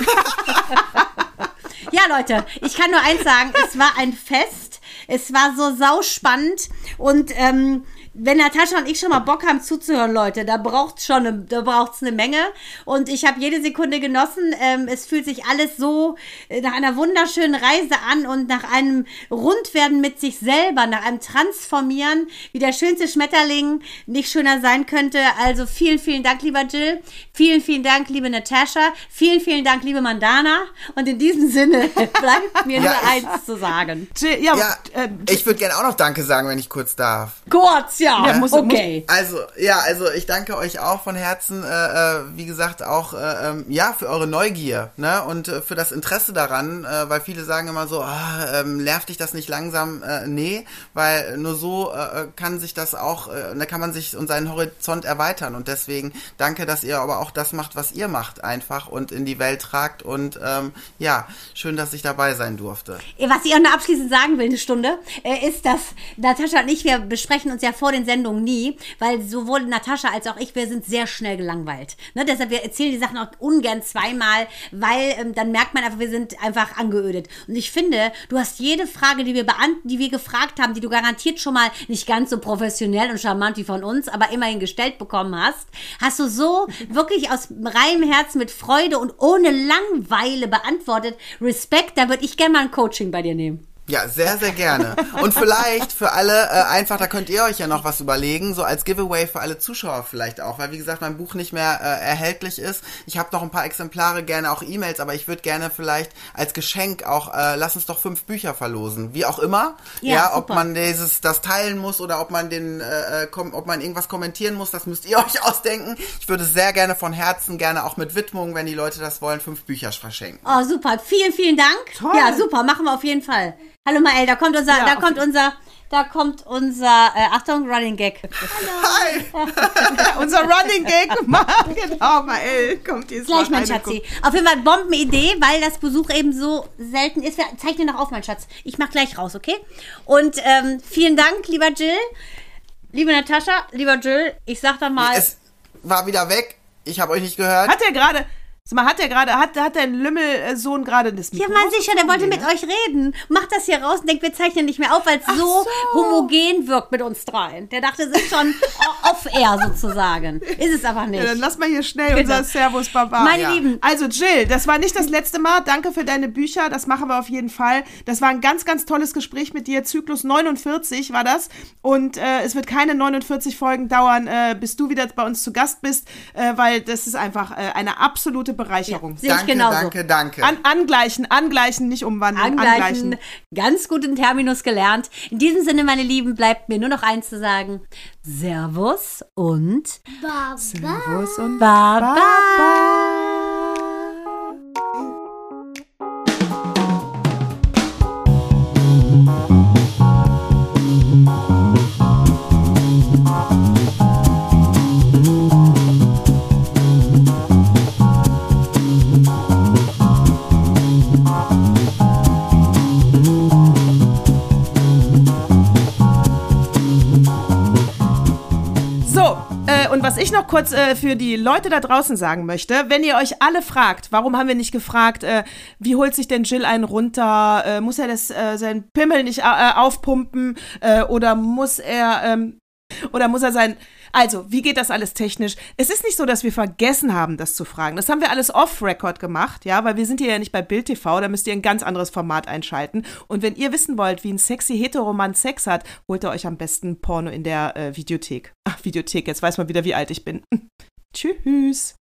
Ja, Leute, ich kann nur eins sagen, es war ein Fest. Es war so sauspannend und ähm, wenn Natascha und ich schon mal Bock haben zuzuhören, Leute, da braucht's schon, eine, da braucht's eine Menge und ich habe jede Sekunde genossen. Ähm, es fühlt sich alles so äh, nach einer wunderschönen Reise an und nach einem Rundwerden mit sich selber, nach einem Transformieren, wie der schönste Schmetterling nicht schöner sein könnte. Also vielen, vielen Dank, lieber Jill. Vielen, vielen Dank, liebe Natascha. Vielen, vielen Dank, liebe Mandana. Und in diesem Sinne bleibt mir Ja, nur ich- eins zu sagen. Jill, ja, Ja, äh, ich würde gerne auch noch Danke sagen, wenn ich kurz darf. Kurz, ja. Ja, muss- okay. Also, ja, also ich danke euch auch von Herzen, äh, äh, wie gesagt, auch, äh, ähm, ja, für eure Neugier, ne, und äh, für das Interesse daran, äh, weil viele sagen immer so, ah, ähm, nervt dich das nicht langsam? Äh, nee, weil nur so äh, kann sich das auch, äh, da kann man sich und seinen Horizont erweitern und deswegen danke, dass ihr aber auch das macht, was ihr macht, einfach und in die Welt tragt und, ähm, ja, schön, dass ich dabei sein durfte. Was ich auch noch abschließend sagen will, eine Stunde, äh, ist, dass Natascha und ich, wir besprechen uns ja vor den Sendungen nie, weil sowohl Natascha als auch ich, wir sind sehr schnell gelangweilt. Ne? Deshalb, wir erzählen die Sachen auch ungern zweimal, weil ähm, dann merkt man einfach, wir sind einfach angeödet. Und ich finde, du hast jede Frage, die wir beant- die wir gefragt haben, die du garantiert schon mal nicht ganz so professionell und charmant wie von uns, aber immerhin gestellt bekommen hast, hast du so wirklich aus reinem Herzen mit Freude und ohne Langeweile beantwortet. Respekt, da würde ich gerne mal ein Coaching bei dir nehmen. Ja, sehr, sehr gerne. Und vielleicht für alle, äh, einfach, da könnt ihr euch ja noch was überlegen, so als Giveaway für alle Zuschauer vielleicht auch, weil wie gesagt, mein Buch nicht mehr äh, erhältlich ist. Ich habe noch ein paar Exemplare, gerne auch E-Mails, aber ich würde gerne vielleicht als Geschenk auch, äh, lass uns doch fünf Bücher verlosen, wie auch immer. Ja, ja ob man dieses das teilen muss oder ob man den, äh, kom- ob man irgendwas kommentieren muss, das müsst ihr euch ausdenken. Ich würde sehr gerne von Herzen, gerne auch mit Widmung, wenn die Leute das wollen, fünf Bücher verschenken. Oh, super. Vielen, vielen Dank. Toll. Ja, super. Machen wir auf jeden Fall. Hallo Mael, da kommt unser, Ja, da kommt unser, da kommt unser, äh, Achtung, Running Gag. Hi! Unser Running Gag, genau, Mael, kommt jetzt Gleich, mal mein rein und Schatzi. Auf jeden Fall Bombenidee, weil das Besuch eben so selten ist. Wir zeichnen noch auf, mein Schatz. Ich mach gleich raus, okay? Und ähm, vielen Dank, lieber Jill, liebe Natascha, lieber Jill. Ich sag dann mal. Es war wieder weg. Ich habe euch nicht gehört. Hat er gerade, sag mal, hat er gerade, hat, hat dein Lümmelsohn gerade das Mikro? Ja, mal sicher, der wollte mit euch reden. Macht das hier raus und denkt, wir zeichnen nicht mehr auf, weil es so, so homogen wirkt mit uns dreien. Der dachte, es ist schon off-air sozusagen. Ist es aber nicht. Ja, dann lass mal hier schnell Genau. unser Servus Baba. Meine Ja. Lieben, Also Jill, das war nicht das letzte Mal. Danke für deine Bücher. Das machen wir auf jeden Fall. Das war ein ganz, ganz tolles Gespräch mit dir. Zyklus neunundvierzig war das. Und äh, es wird keine neunundvierzig Folgen dauern, äh, bis du wieder bei uns zu Gast bist, äh, weil das ist einfach äh, eine absolute Bereicherung. sehe ich Danke, genauso. danke, danke. An, angleichen, angleichen, nicht umwandeln. Angleichen, ganz guten Terminus gelernt. In diesem Sinne, meine Lieben, bleibt mir nur noch eins zu sagen. Servus und Baba. Servus und Baba. So, äh, und was ich noch kurz äh, für die Leute da draußen sagen möchte, wenn ihr euch alle fragt, warum haben wir nicht gefragt, äh, wie holt sich denn Jill einen runter, äh, muss er das, äh, seinen Pimmel nicht äh, aufpumpen äh, oder muss er, ähm, oder muss er sein, also, wie geht das alles technisch? Es ist nicht so, dass wir vergessen haben, das zu fragen. Das haben wir alles off-Record gemacht, ja, weil wir sind hier ja nicht bei Bild T V, da müsst ihr ein ganz anderes Format einschalten. Und wenn ihr wissen wollt, wie ein sexy Heteroman Sex hat, holt ihr euch am besten Porno in der äh, Videothek. Ach, Videothek, jetzt weiß man wieder, wie alt ich bin. Tschüss.